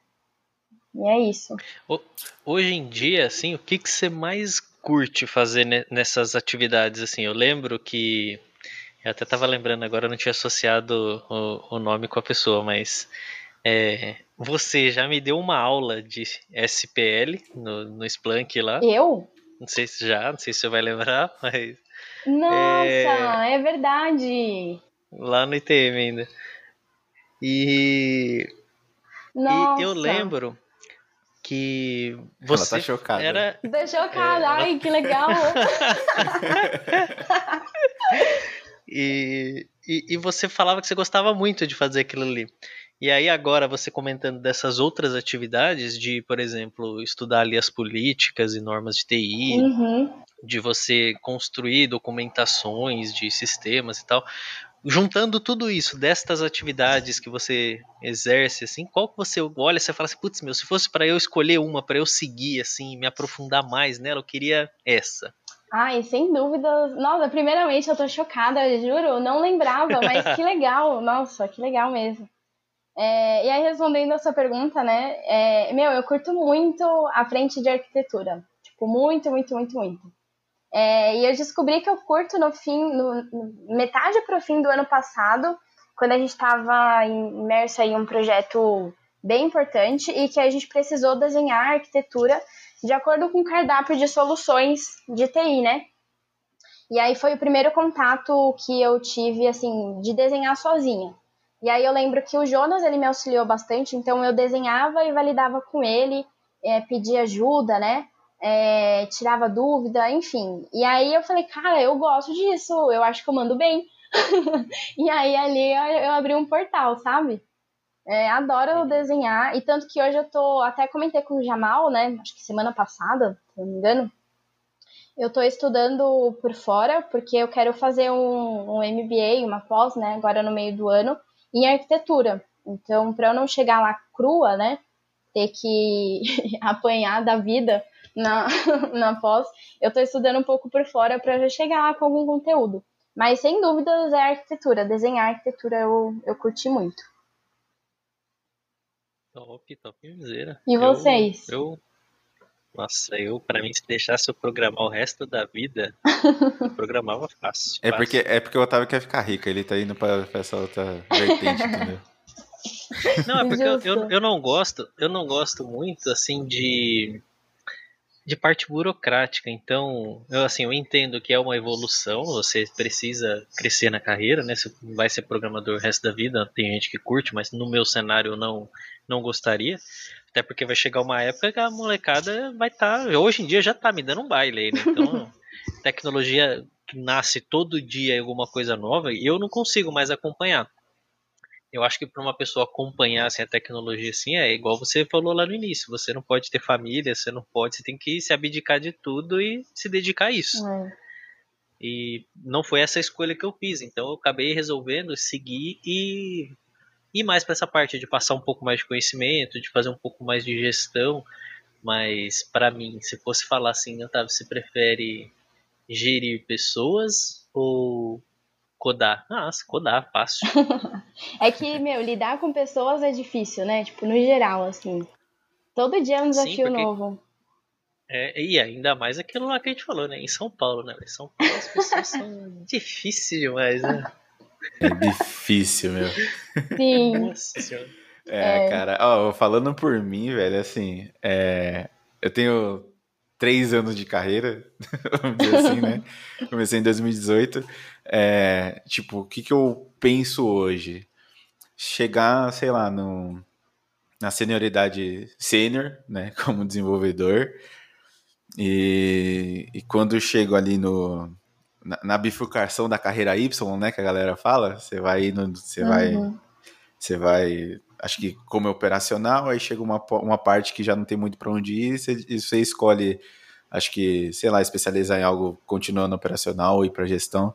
E é isso. Hoje em dia, assim, o que, que você mais curte fazer nessas atividades? Assim, eu lembro que... Eu até estava lembrando agora, eu não tinha associado o, o nome com a pessoa, mas... É, você já me deu uma aula de S P L no, no Splunk lá. Eu? Não sei se já, não sei se você vai lembrar, mas... Nossa, é, é verdade! Lá no I T M ainda. E... Nossa. E eu lembro... que Ela você tá chocada. era... Tô chocada, É, ela... ai, que legal! e, e, e você falava que você gostava muito de fazer aquilo ali. E aí agora você comentando dessas outras atividades, de, por exemplo, estudar ali as políticas e normas de T I, Uhum. de você construir documentações de sistemas e tal... Juntando tudo isso, destas atividades que você exerce, assim, qual que você olha e você fala assim, putz, meu, se fosse para eu escolher uma, para eu seguir, assim, me aprofundar mais nela, eu queria essa. Ai, sem dúvidas. Nossa, primeiramente eu tô chocada, eu juro, não lembrava, mas que legal, nossa, que legal mesmo. É, e aí, respondendo a sua pergunta, né, é, meu, eu curto muito a frente de arquitetura, tipo, muito, muito, muito, muito. É, e eu descobri que eu curto no fim, no, no, metade pro fim do ano passado, quando a gente estava imerso em um projeto bem importante e que a gente precisou desenhar a arquitetura de acordo com o cardápio de soluções de T I, né? E aí foi o primeiro contato que eu tive, assim, de desenhar sozinha. E aí eu lembro que o Jonas, ele me auxiliou bastante, então eu desenhava e validava com ele, é, pedia ajuda, né? É, tirava dúvida, enfim. E aí eu falei, cara, eu gosto disso, eu acho que eu mando bem. E aí ali eu, eu abri um portal, sabe? É, adoro desenhar, e tanto que hoje eu tô, até comentei com o Jamal, né, acho que semana passada, se não me engano, eu tô estudando por fora, porque eu quero fazer um, um M B A, uma pós, né, agora no meio do ano, em arquitetura. Então, para eu não chegar lá crua, né, ter que apanhar da vida na, na pós, eu tô estudando um pouco por fora para já chegar lá com algum conteúdo. Mas, sem dúvidas, é arquitetura. Desenhar arquitetura eu, eu curti muito. Top, topzera. E vocês? Eu, eu, nossa, eu, pra mim, se deixasse eu programar o resto da vida, eu programava fácil. É fácil. porque, é porque o Otávio quer ficar rico, ele tá indo pra, pra essa outra vertente, entendeu? Não, é porque eu, Justo. eu, eu não gosto, eu não gosto muito, assim, de, de parte burocrática. Então, eu, assim, eu entendo que é uma evolução, você precisa crescer na carreira, né? Você vai ser programador o resto da vida, tem gente que curte, mas no meu cenário eu não, não gostaria. Até porque vai chegar uma época que a molecada vai estar... Tá, hoje em dia já tá me dando um baile aí, né? Então, tecnologia que nasce todo dia alguma coisa nova e eu não consigo mais acompanhar. Eu acho que para uma pessoa acompanhar assim, a tecnologia assim, é igual você falou lá no início. Você não pode ter família, você não pode, você tem que se abdicar de tudo e se dedicar a isso. É. E não foi essa a escolha que eu fiz, então eu acabei resolvendo seguir e ir mais para essa parte de passar um pouco mais de conhecimento, de fazer um pouco mais de gestão. Mas para mim, se fosse falar assim, Otávio, você prefere gerir pessoas ou codar? Nossa, codar, fácil. É que, meu, lidar com pessoas é difícil, né? Tipo, no geral, assim. Todo dia é um desafio Sim, porque novo. É, e ainda mais aquilo lá que a gente falou, né? Em São Paulo, né? Em São Paulo as pessoas são difíceis demais, né? É difícil, meu. Sim. Nossa senhora. É, É. cara, ó, falando por mim, velho, assim, é, eu tenho três anos de carreira, vamos dizer assim, né? Comecei em dois mil e dezoito. É, tipo, o que que eu penso hoje? Chegar, sei lá, no, na senioridade sênior, né, como desenvolvedor, e, e quando eu chego ali no, na, na bifurcação da carreira Y, né, que a galera fala, você vai indo, você vai, Uhum. você vai, acho que como é operacional, aí chega uma, po- uma parte que já não tem muito para onde ir, você, e você escolhe, acho que, sei lá, especializar em algo continuando operacional ou ir para gestão.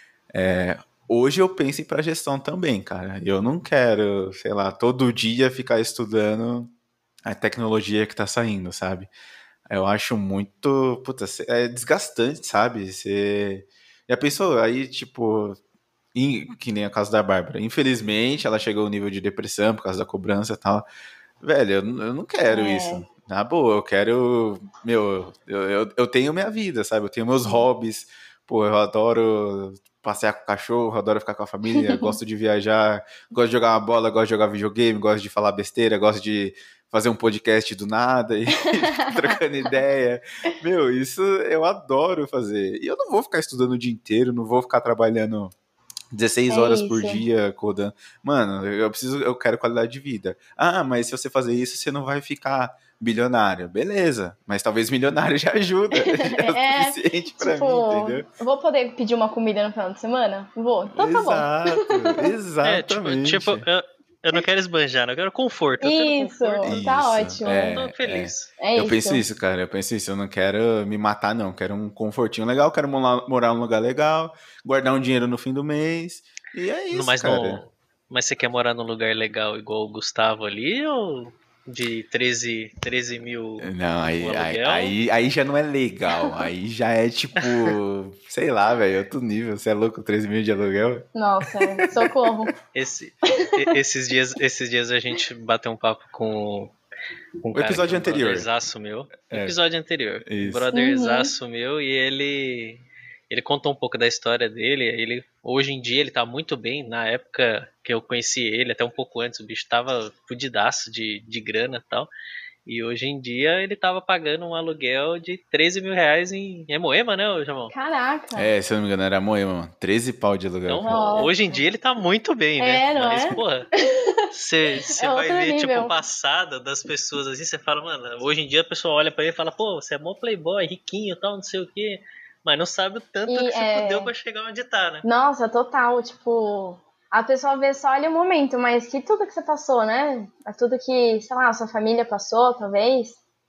Hoje eu penso em ir para gestão também, cara. Eu não quero, sei lá, todo dia ficar estudando a tecnologia que tá saindo, sabe? Eu acho muito, puta, é desgastante, sabe? Você já pensou aí, tipo, em- que nem a caso da Bárbara. Infelizmente, ela chegou ao nível de depressão por causa da cobrança e tal. Velho, eu, não- eu não quero É. isso. Na boa, eu quero. Meu, eu, eu, eu tenho minha vida, sabe? Eu tenho meus hobbies. Pô, eu adoro passear com o cachorro, eu adoro ficar com a família, gosto de viajar, gosto de jogar uma bola, gosto de jogar videogame, gosto de falar besteira, gosto de fazer um podcast do nada e ficar trocando ideia. Meu, isso eu adoro fazer. E eu não vou ficar estudando o dia inteiro, não vou ficar trabalhando dezesseis É horas por isso. dia codando. Mano, eu preciso, eu quero qualidade de vida. Ah, mas se você fazer isso, você não vai ficar bilionário. Beleza, mas talvez milionário já ajuda, já é o É, suficiente pra tipo, mim, entendeu? vou poder pedir uma comida no final de semana? Vou. Então tá bom. Exato, É, tipo, tipo exatamente. eu, eu não quero esbanjar, eu quero conforto. Eu tendo Isso, conforto, tá Isso, ótimo. tô é, é. feliz. É Eu isso. penso isso, cara. Eu penso isso. Eu não quero me matar, não. Quero um confortinho legal, quero morar, morar num lugar legal, guardar um dinheiro no fim do mês. E é No- isso, Mas, cara. não, mas você quer morar num lugar legal igual o Gustavo ali ou de treze, treze mil Não, o aí, aí, aluguel? aí, aí já não é legal. Aí já é tipo, sei lá, velho, outro nível. Você é louco, treze mil de aluguel? Nossa, socorro. Esse, e- esses, dias, esses dias a gente bateu um papo com, com um O cara que é episódio um anterior. brotherzaço meu. É, Episódio anterior. Um isso. Uhum. brotherzaço meu e ele. Ele contou um pouco da história dele. Ele, hoje em dia ele tá muito bem. Na época que eu conheci ele, até um pouco antes, o bicho tava fudidaço de, de grana e tal. E hoje em dia ele tava pagando um aluguel de treze mil reais em. É Moema, né, ô Jamão? Caraca. É, se eu não me engano, era Moema, mano. treze pau de aluguel, Então, cara. pô, Nossa. hoje em dia ele tá muito bem, né? É, não Mas, é? porra, você É vai outro ver, tipo, o nível. passado das pessoas assim, você fala, mano, hoje em dia a pessoa olha pra ele e fala, pô, você é mó playboy, riquinho e tal, não sei o quê. Mas não sabe o tanto E que você fudeu é. pra chegar onde tá, né? Nossa, total. Tipo, a pessoa vê só ali o momento, mas que tudo que você passou, né? É tudo que, sei lá, a sua família passou, talvez.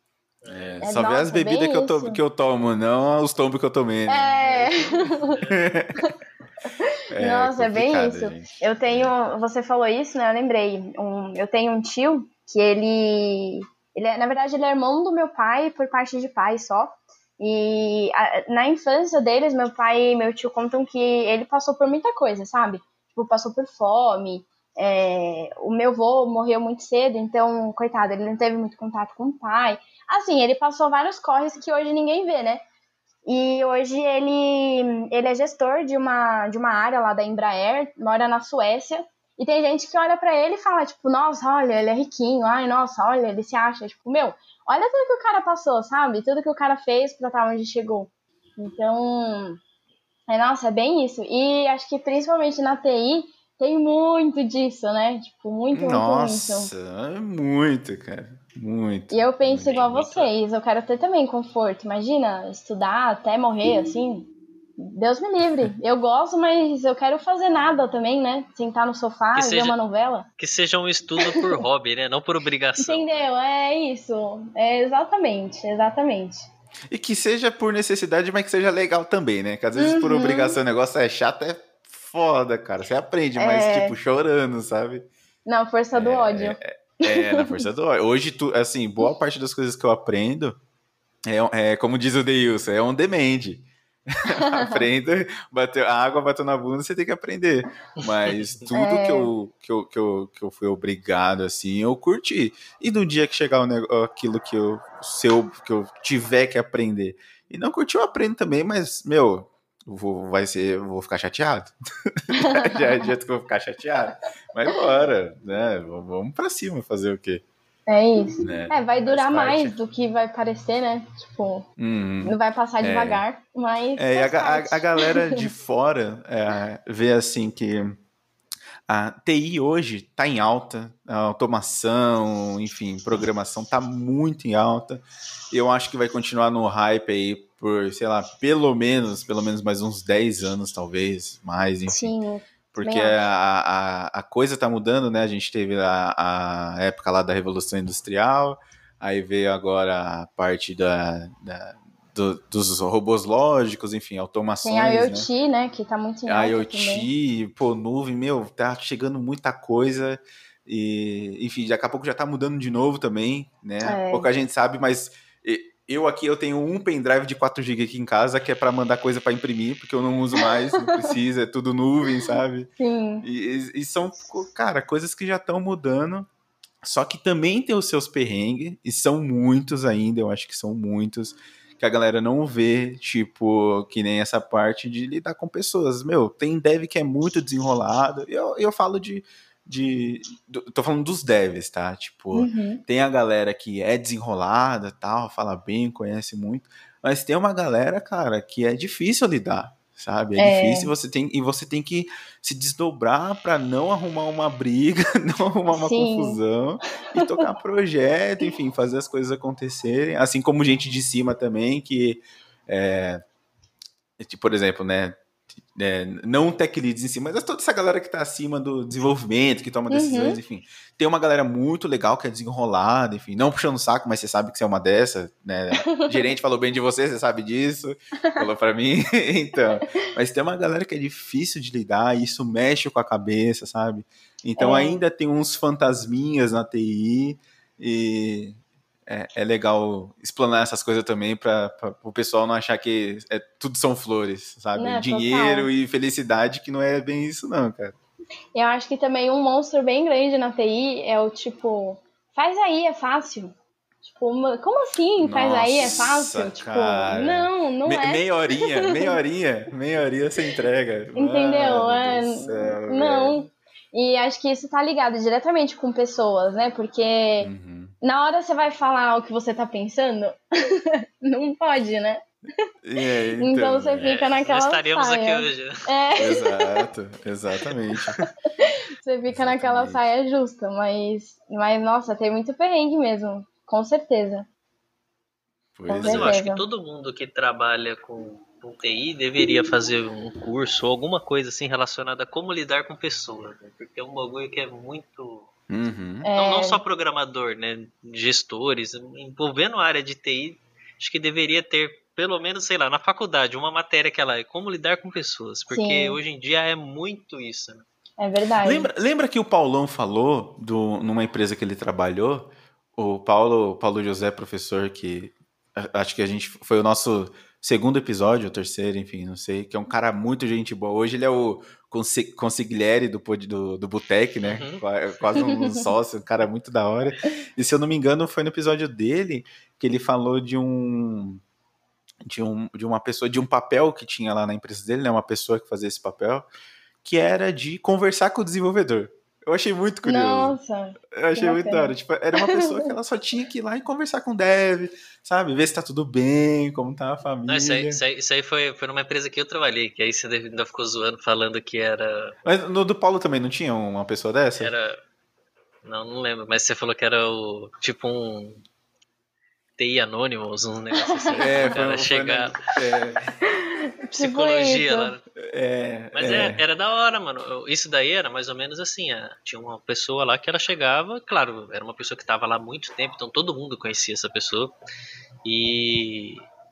É, É, só vê as nossa, é bebidas que eu, bem to, que isso. eu tomo, não os tombos que eu tomei, né? É. É Nossa, é bem complicado, isso. gente. Eu tenho, você falou isso, né? Eu lembrei. Um, eu tenho um tio que ele, ele é, na verdade, ele é irmão do meu pai por parte de pai só. E a- na infância deles, meu pai e meu tio contam que ele passou por muita coisa, sabe? Tipo, passou por fome. É, o meu avô morreu muito cedo, então, coitado, ele não teve muito contato com o pai. Assim, ele passou vários corres que hoje ninguém vê, né? E hoje ele, ele é gestor de uma, de uma área lá da Embraer, mora na Suécia. E tem gente que olha pra ele e fala, tipo, nossa, olha, ele é riquinho. Ai, nossa, olha, ele se acha. Tipo, meu, olha tudo que o cara passou, sabe? Tudo que o cara fez pra estar onde chegou. Então, é, nossa, é bem isso. E acho que principalmente na T I tem muito disso, né? Tipo, muito, muito, muito. Nossa, é muito, cara. Muito. E eu penso muito. Tem igual a muito. vocês, eu quero ter também conforto. Imagina, estudar até morrer, assim. Deus me livre. Eu gosto, mas eu quero fazer nada também, né? Sentar no sofá Que e ver seja, uma novela. que seja um estudo por hobby, né? Não por obrigação. Né? Entendeu? É isso. É exatamente, exatamente. E que seja por necessidade, mas que seja legal também, né? Que às vezes por Uhum. obrigação o negócio é chato, é foda, cara. Você aprende, mas É. tipo, chorando, sabe? Não, força do ódio. É, na força do ódio. Hoje, tu, assim, boa parte das coisas que eu aprendo é, é como diz o Deilson, é on demand. Aprenda, bateu, a água bateu na bunda, você tem que aprender. Mas tudo É. que, eu, que, eu, que, eu, que eu fui obrigado, assim, eu curti. E no dia que chegar o nego- aquilo que eu, seu, que eu tiver que aprender e não curti, eu aprendo também, mas, meu, vou, vai ser, vou ficar chateado. Já adianta que eu vou ficar chateado. Mas bora, né? Vamos pra cima fazer o quê? É isso. Né? É, vai Faz durar parte. mais do que vai parecer, né? Tipo, Uhum. não vai passar É. devagar, mas É, e a, faz ga- parte. a, a galera de fora é, vê assim que a T I hoje está em alta, a automação, enfim, programação está muito em alta. Eu acho que vai continuar no hype aí por, sei lá, pelo menos, pelo menos mais uns dez anos, talvez, mais, enfim. Sim, Porque também acho. a, a, a coisa está mudando, né? A gente teve a, a época lá da Revolução Industrial, aí veio agora a parte da, da- do- dos robôs lógicos, enfim, Tem a automações, né? IoT, né? Que tá muito em alta também. IoT, pô, nuvem, meu, tá chegando muita coisa e, enfim, daqui a pouco já tá mudando de novo também, né? É. Pouca gente sabe, mas e- eu aqui, eu tenho um pendrive de quatro gigas aqui em casa que é para mandar coisa para imprimir, porque eu não uso mais, não precisa, é tudo nuvem, sabe? Sim. E, e- e são, cara, coisas que já estão mudando, só que também tem os seus perrengues, e são muitos ainda, eu acho que são muitos, que a galera não vê, tipo, que nem essa parte de lidar com pessoas. Meu, tem dev que é muito desenrolado, eu, eu falo de, de, do- tô falando dos devs, tá? Tipo, Uhum. tem a galera que é desenrolada, tal, fala bem, conhece muito, mas tem uma galera, cara, que é difícil lidar, sabe? É, É. difícil, você tem, e você tem que se desdobrar para não arrumar uma briga, não arrumar uma Sim. confusão e tocar projeto, enfim, fazer as coisas acontecerem, assim como gente de cima também, que, é, tipo, por exemplo, né, é, não tech leads em si, mas toda essa galera que tá acima do desenvolvimento, que toma decisões, Uhum. enfim. Tem uma galera muito legal que é desenrolada, enfim, não puxando o saco, mas você sabe que você é uma dessa, né? O gerente falou bem de você, você sabe disso, falou pra mim, então. Mas tem uma galera que é difícil de lidar, e isso mexe com a cabeça, sabe? Então É. ainda tem uns fantasminhas na T I, e é, é legal explanar essas coisas também para o pessoal não achar que é, tudo são flores, sabe? Né, Dinheiro total. e felicidade, que não é bem isso não, cara. Eu acho que também um monstro bem grande na T I é o tipo, faz aí, é fácil. Tipo, uma- como assim faz aí, é fácil? Nossa, Tipo, cara. não, não Me- é. Meia horinha, meia horinha, meia horinha você entrega. Entendeu? Mano É, do céu, não. velho. E acho que isso tá ligado diretamente com pessoas, né? Porque Uhum. na hora você vai falar o que você tá pensando, não pode, né? É, Então, então, você é. fica não naquela estaríamos aqui saia. hoje. É, Exato, exatamente. você fica naquela Exatamente. saia justa, mas, mas nossa, tem muito perrengue mesmo, com certeza. Pois Com Mas eu é. acho que certeza. todo mundo que trabalha com, com T I deveria fazer um curso ou alguma coisa assim relacionada a como lidar com pessoas, né? Porque é um bagulho que é muito... Uhum. Não, não É, só programador, né? Gestores, envolvendo a área de T I, acho que deveria ter, pelo menos, sei lá, na faculdade, uma matéria que ela é como lidar com pessoas. Porque Sim. hoje em dia é muito isso, né? é verdade. Lembra, lembra que o Paulão falou do, numa empresa que ele trabalhou? O Paulo, o Paulo José, professor, que a- acho que a gente foi o nosso segundo episódio, ou terceiro, enfim, não sei, que é um cara muito gente boa. Hoje ele é o consi- consigliere do, pod- do, do Botec, né? Uhum. Qua- Quase um sócio, um cara muito da hora. E se eu não me engano, foi no episódio dele que ele falou de um. De, um, de uma pessoa, de um papel que tinha lá na empresa dele, né? Uma pessoa que fazia esse papel, que era de conversar com o desenvolvedor. Eu achei muito curioso. Nossa, Eu que achei muito da bacana. hora. Tipo, era uma pessoa que ela só tinha que ir lá e conversar com o dev, sabe? Ver se tá tudo bem, como tá a Não, isso aí, família. isso aí, isso aí foi, foi numa empresa que eu trabalhei, que aí você ainda ficou zoando, falando que era... Mas no do Paulo também não tinha uma pessoa dessa? era não, não lembro, mas você falou que era o tipo um T I Anonymous, um negócio assim. É, O cara foi, foi chegar... é, Tipo Psicologia isso. lá. é, Mas é. é, era da hora, mano. Eu- Isso daí era mais ou menos assim. é, Tinha uma pessoa lá que ela chegava, claro, era uma pessoa que tava lá há muito tempo, então todo mundo conhecia essa pessoa. E,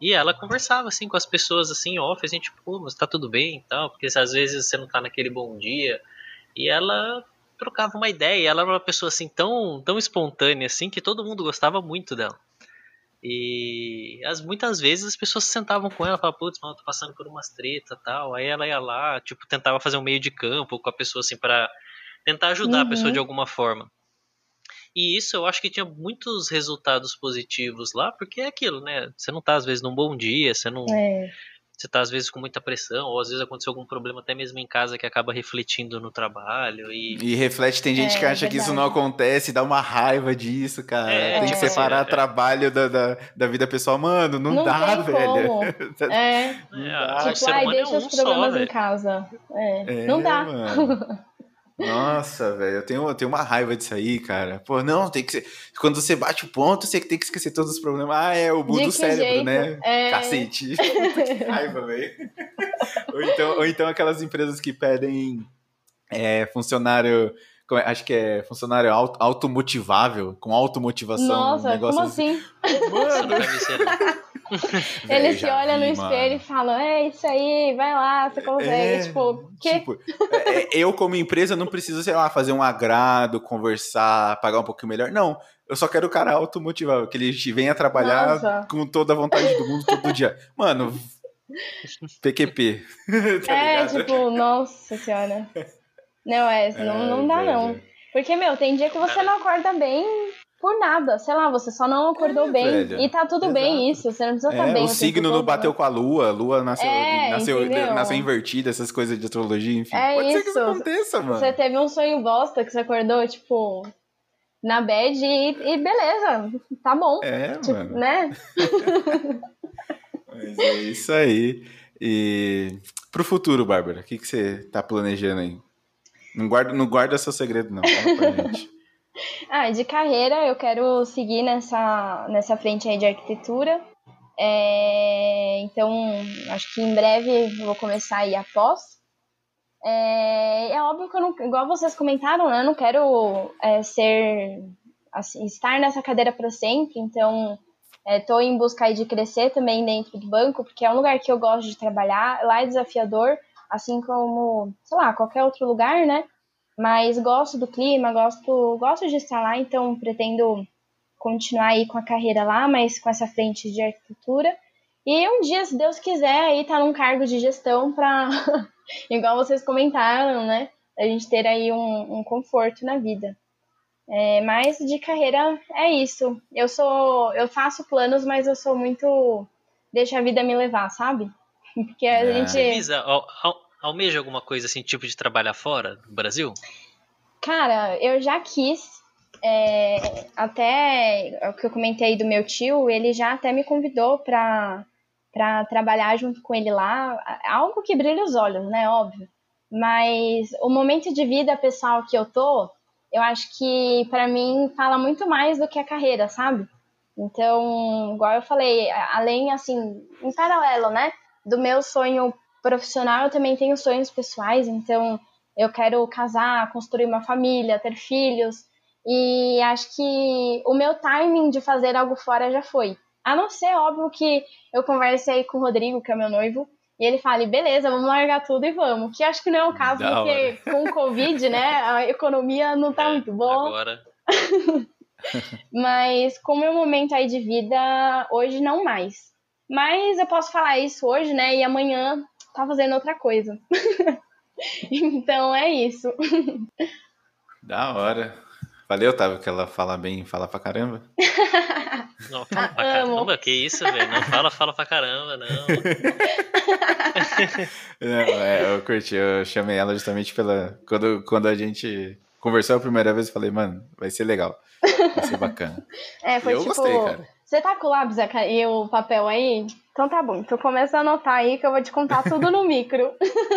E ela conversava, assim, com as pessoas, assim, off, assim, tipo, pô, mas tá tudo bem e tal, porque às vezes você não tá naquele bom dia. E ela trocava uma ideia, e ela era uma pessoa, assim, tão, tão espontânea, assim, que todo mundo gostava muito dela. E as, muitas vezes as pessoas se sentavam com ela e falavam, putz, mano, eu tô passando por umas treta e tal. Aí ela ia lá, tipo, tentava fazer um meio de campo com a pessoa, assim, pra tentar ajudar a pessoa de Uhum. alguma forma. E isso eu acho que tinha muitos resultados positivos lá, porque é aquilo, né? Você não tá, às vezes, num bom dia, você não... É. Você tá, às vezes, com muita pressão, ou às vezes aconteceu algum problema até mesmo em casa que acaba refletindo no trabalho. E, E reflete, tem gente É, que acha que isso não verdade. acontece, dá uma raiva disso, cara. É, Tem que tipo assim, separar é- trabalho da, da, da vida pessoal. Mano, não, Não dá, tem velho. como. É, Não é, dá, o tipo, ser ai, humano é deixa os um só, problemas em velho. casa. É, não É, dá. mano. Nossa, velho, eu tenho, eu tenho uma raiva disso aí, cara. Pô, não, tem que ser. Quando você bate o ponto, você tem que esquecer todos os problemas. Ah, é o bu De do que cérebro, jeito? né? É. Cacete. Puta que raiva, velho. Ou então, ou então aquelas empresas que pedem é, funcionário. como é? Acho que é funcionário auto, automotivável, com automotivação, um Nossa, como negócio assim. assim? Nossa, eu Mano, nunca vi isso aí, não. Ele velho, se já olha no vi, espelho e mano. fala, é isso aí, vai lá, você consegue. É, Tipo, que? tipo, é, é, eu como empresa não preciso, sei lá, fazer um agrado, conversar, pagar um pouquinho melhor. Não, eu só quero o cara automotivado, que ele venha trabalhar Nossa. com toda a vontade do mundo todo dia. Mano, P Q P, tá É, ligado? tipo, nossa senhora. Não, é, não, Ai, não dá não. velho. Porque, meu, tem dia que você Cara, não acorda bem por nada. Sei lá, você só não acordou É, bem. E velho. tá tudo bem Exato. isso. Você não precisa estar É, o bem o tempo signo não todo, bateu né? com a lua, a lua nasceu, É, nasceu, nasceu entendeu? invertida, essas coisas de astrologia, enfim. É Pode ser que isso. isso aconteça, Você mano. teve um sonho bosta que você acordou, tipo, na bad e, e beleza, tá bom. É, Tipo, mano. né? Mas é isso aí. E pro futuro, Bárbara, o que, que você tá planejando aí? Não guarda, não guarda seu segredo, não. Fala pra gente. Ah, de carreira eu quero seguir nessa, nessa frente aí de arquitetura. É, então, acho que em breve eu vou começar aí a pós. É, é óbvio que eu não, igual vocês comentaram, né? Eu não quero é, ser, assim, estar nessa cadeira para sempre. Então, estou em busca aí de crescer também dentro do banco, porque é um lugar que eu gosto de trabalhar. Lá é desafiador, assim como, sei lá, qualquer outro lugar, né? Mas gosto do clima, gosto, gosto de estar lá, então pretendo continuar aí com a carreira lá, mas com essa frente de arquitetura. E um dia, se Deus quiser, aí tá num cargo de gestão para, igual vocês comentaram, né? A gente ter aí um, um conforto na vida. É, mas de carreira é isso. Eu sou, eu faço planos, mas eu sou muito deixa a vida me levar, sabe? Porque a Ah, você gente, visa, al, al, almeja alguma coisa assim, tipo de trabalhar fora do Brasil? cara, eu já quis. É, até o que eu comentei do meu tio, ele já até me convidou para para trabalhar junto com ele lá, algo que brilha os olhos, né, óbvio. Mas o momento de vida pessoal que eu tô, eu acho que para mim fala muito mais do que a carreira, sabe? Então, igual eu falei, além assim, em paralelo, né, do meu sonho profissional, eu também tenho sonhos pessoais, então eu quero casar, construir uma família, ter filhos, e acho que o meu timing de fazer algo fora já foi. A não ser, óbvio, que eu conversei com o Rodrigo, que é meu noivo, e ele fala, beleza, vamos largar tudo e vamos. Que acho que não é o caso, da hora. porque com o Covid, né, a economia não tá É, muito boa. agora. Mas com o meu momento aí de vida, hoje não mais. Mas eu posso falar isso hoje, né, e amanhã tá fazendo outra coisa. Então é isso. Da hora. Valeu, Otávio, que ela fala bem, fala pra caramba. Não, fala pra Ah, amo. caramba, que isso, velho? Não fala, fala pra caramba, não. Não, é, eu curti, eu chamei ela justamente pela. Quando, quando a gente conversou a primeira vez, eu falei, mano, vai ser legal. Vai ser bacana. É, E foi eu tipo, gostei, cara. você tá com o lápis e o papel aí? Então tá bom, então começa a anotar aí que eu vou te contar tudo no micro.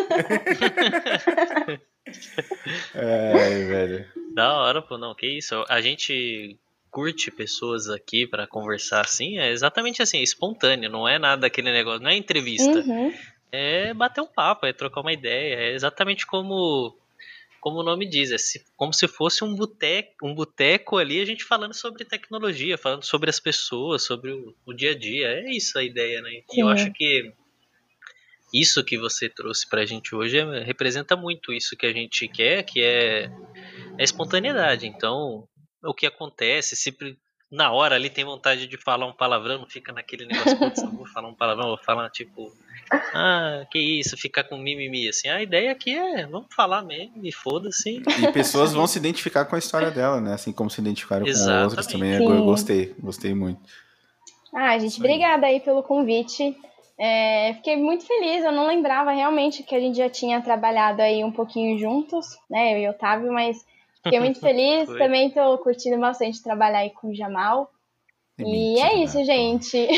Ai, velho. Da hora, pô, não, que isso. A gente curte pessoas aqui pra conversar assim, é exatamente assim, espontâneo, não é nada aquele negócio, não é entrevista. Uhum. É bater um papo, é trocar uma ideia, é exatamente como como o nome diz, é se, como se fosse um boteco, um boteco ali, a gente falando sobre tecnologia, falando sobre as pessoas, sobre o, o dia a dia. É isso a ideia, né? E eu acho que isso que você trouxe pra gente hoje é, representa muito isso que a gente quer, que é, é espontaneidade. Então, o que acontece, se na hora ali tem vontade de falar um palavrão, não fica naquele negócio, putz, não vou falar um palavrão, vou falar tipo, ah, que isso, ficar com mimimi, assim. A ideia aqui é, vamos falar mesmo, e foda-se. E pessoas vão se identificar com a história dela, né? Assim como se identificaram Exatamente. com outras também. Sim. Eu gostei, gostei muito. Ah, gente, obrigada aí pelo convite. É, fiquei muito feliz, eu não lembrava realmente que a gente já tinha trabalhado aí um pouquinho juntos, né, eu e o Otávio, mas fiquei muito feliz, também tô curtindo bastante trabalhar aí com o Jamal. É e mentira, é isso, gente.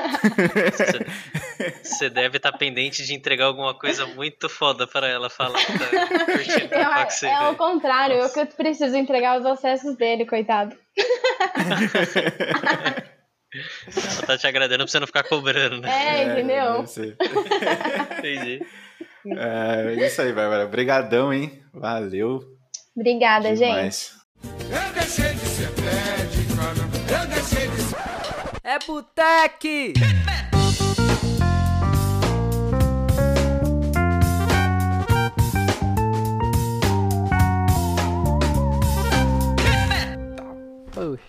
Você deve estar tá pendente de entregar alguma coisa muito foda para ela falar. Tá curtindo Eu, com você, é véio. o contrário, Nossa. Eu que preciso entregar os acessos dele, coitado. Ela tá te agradando pra você não ficar cobrando, né? É, entendeu? É, Entendi. É, é isso aí, Bárbara. Obrigadão, hein? Valeu. Obrigada, demais. gente. Eu deixei de ser pé de cano, eu deixei de ser... É Boteque!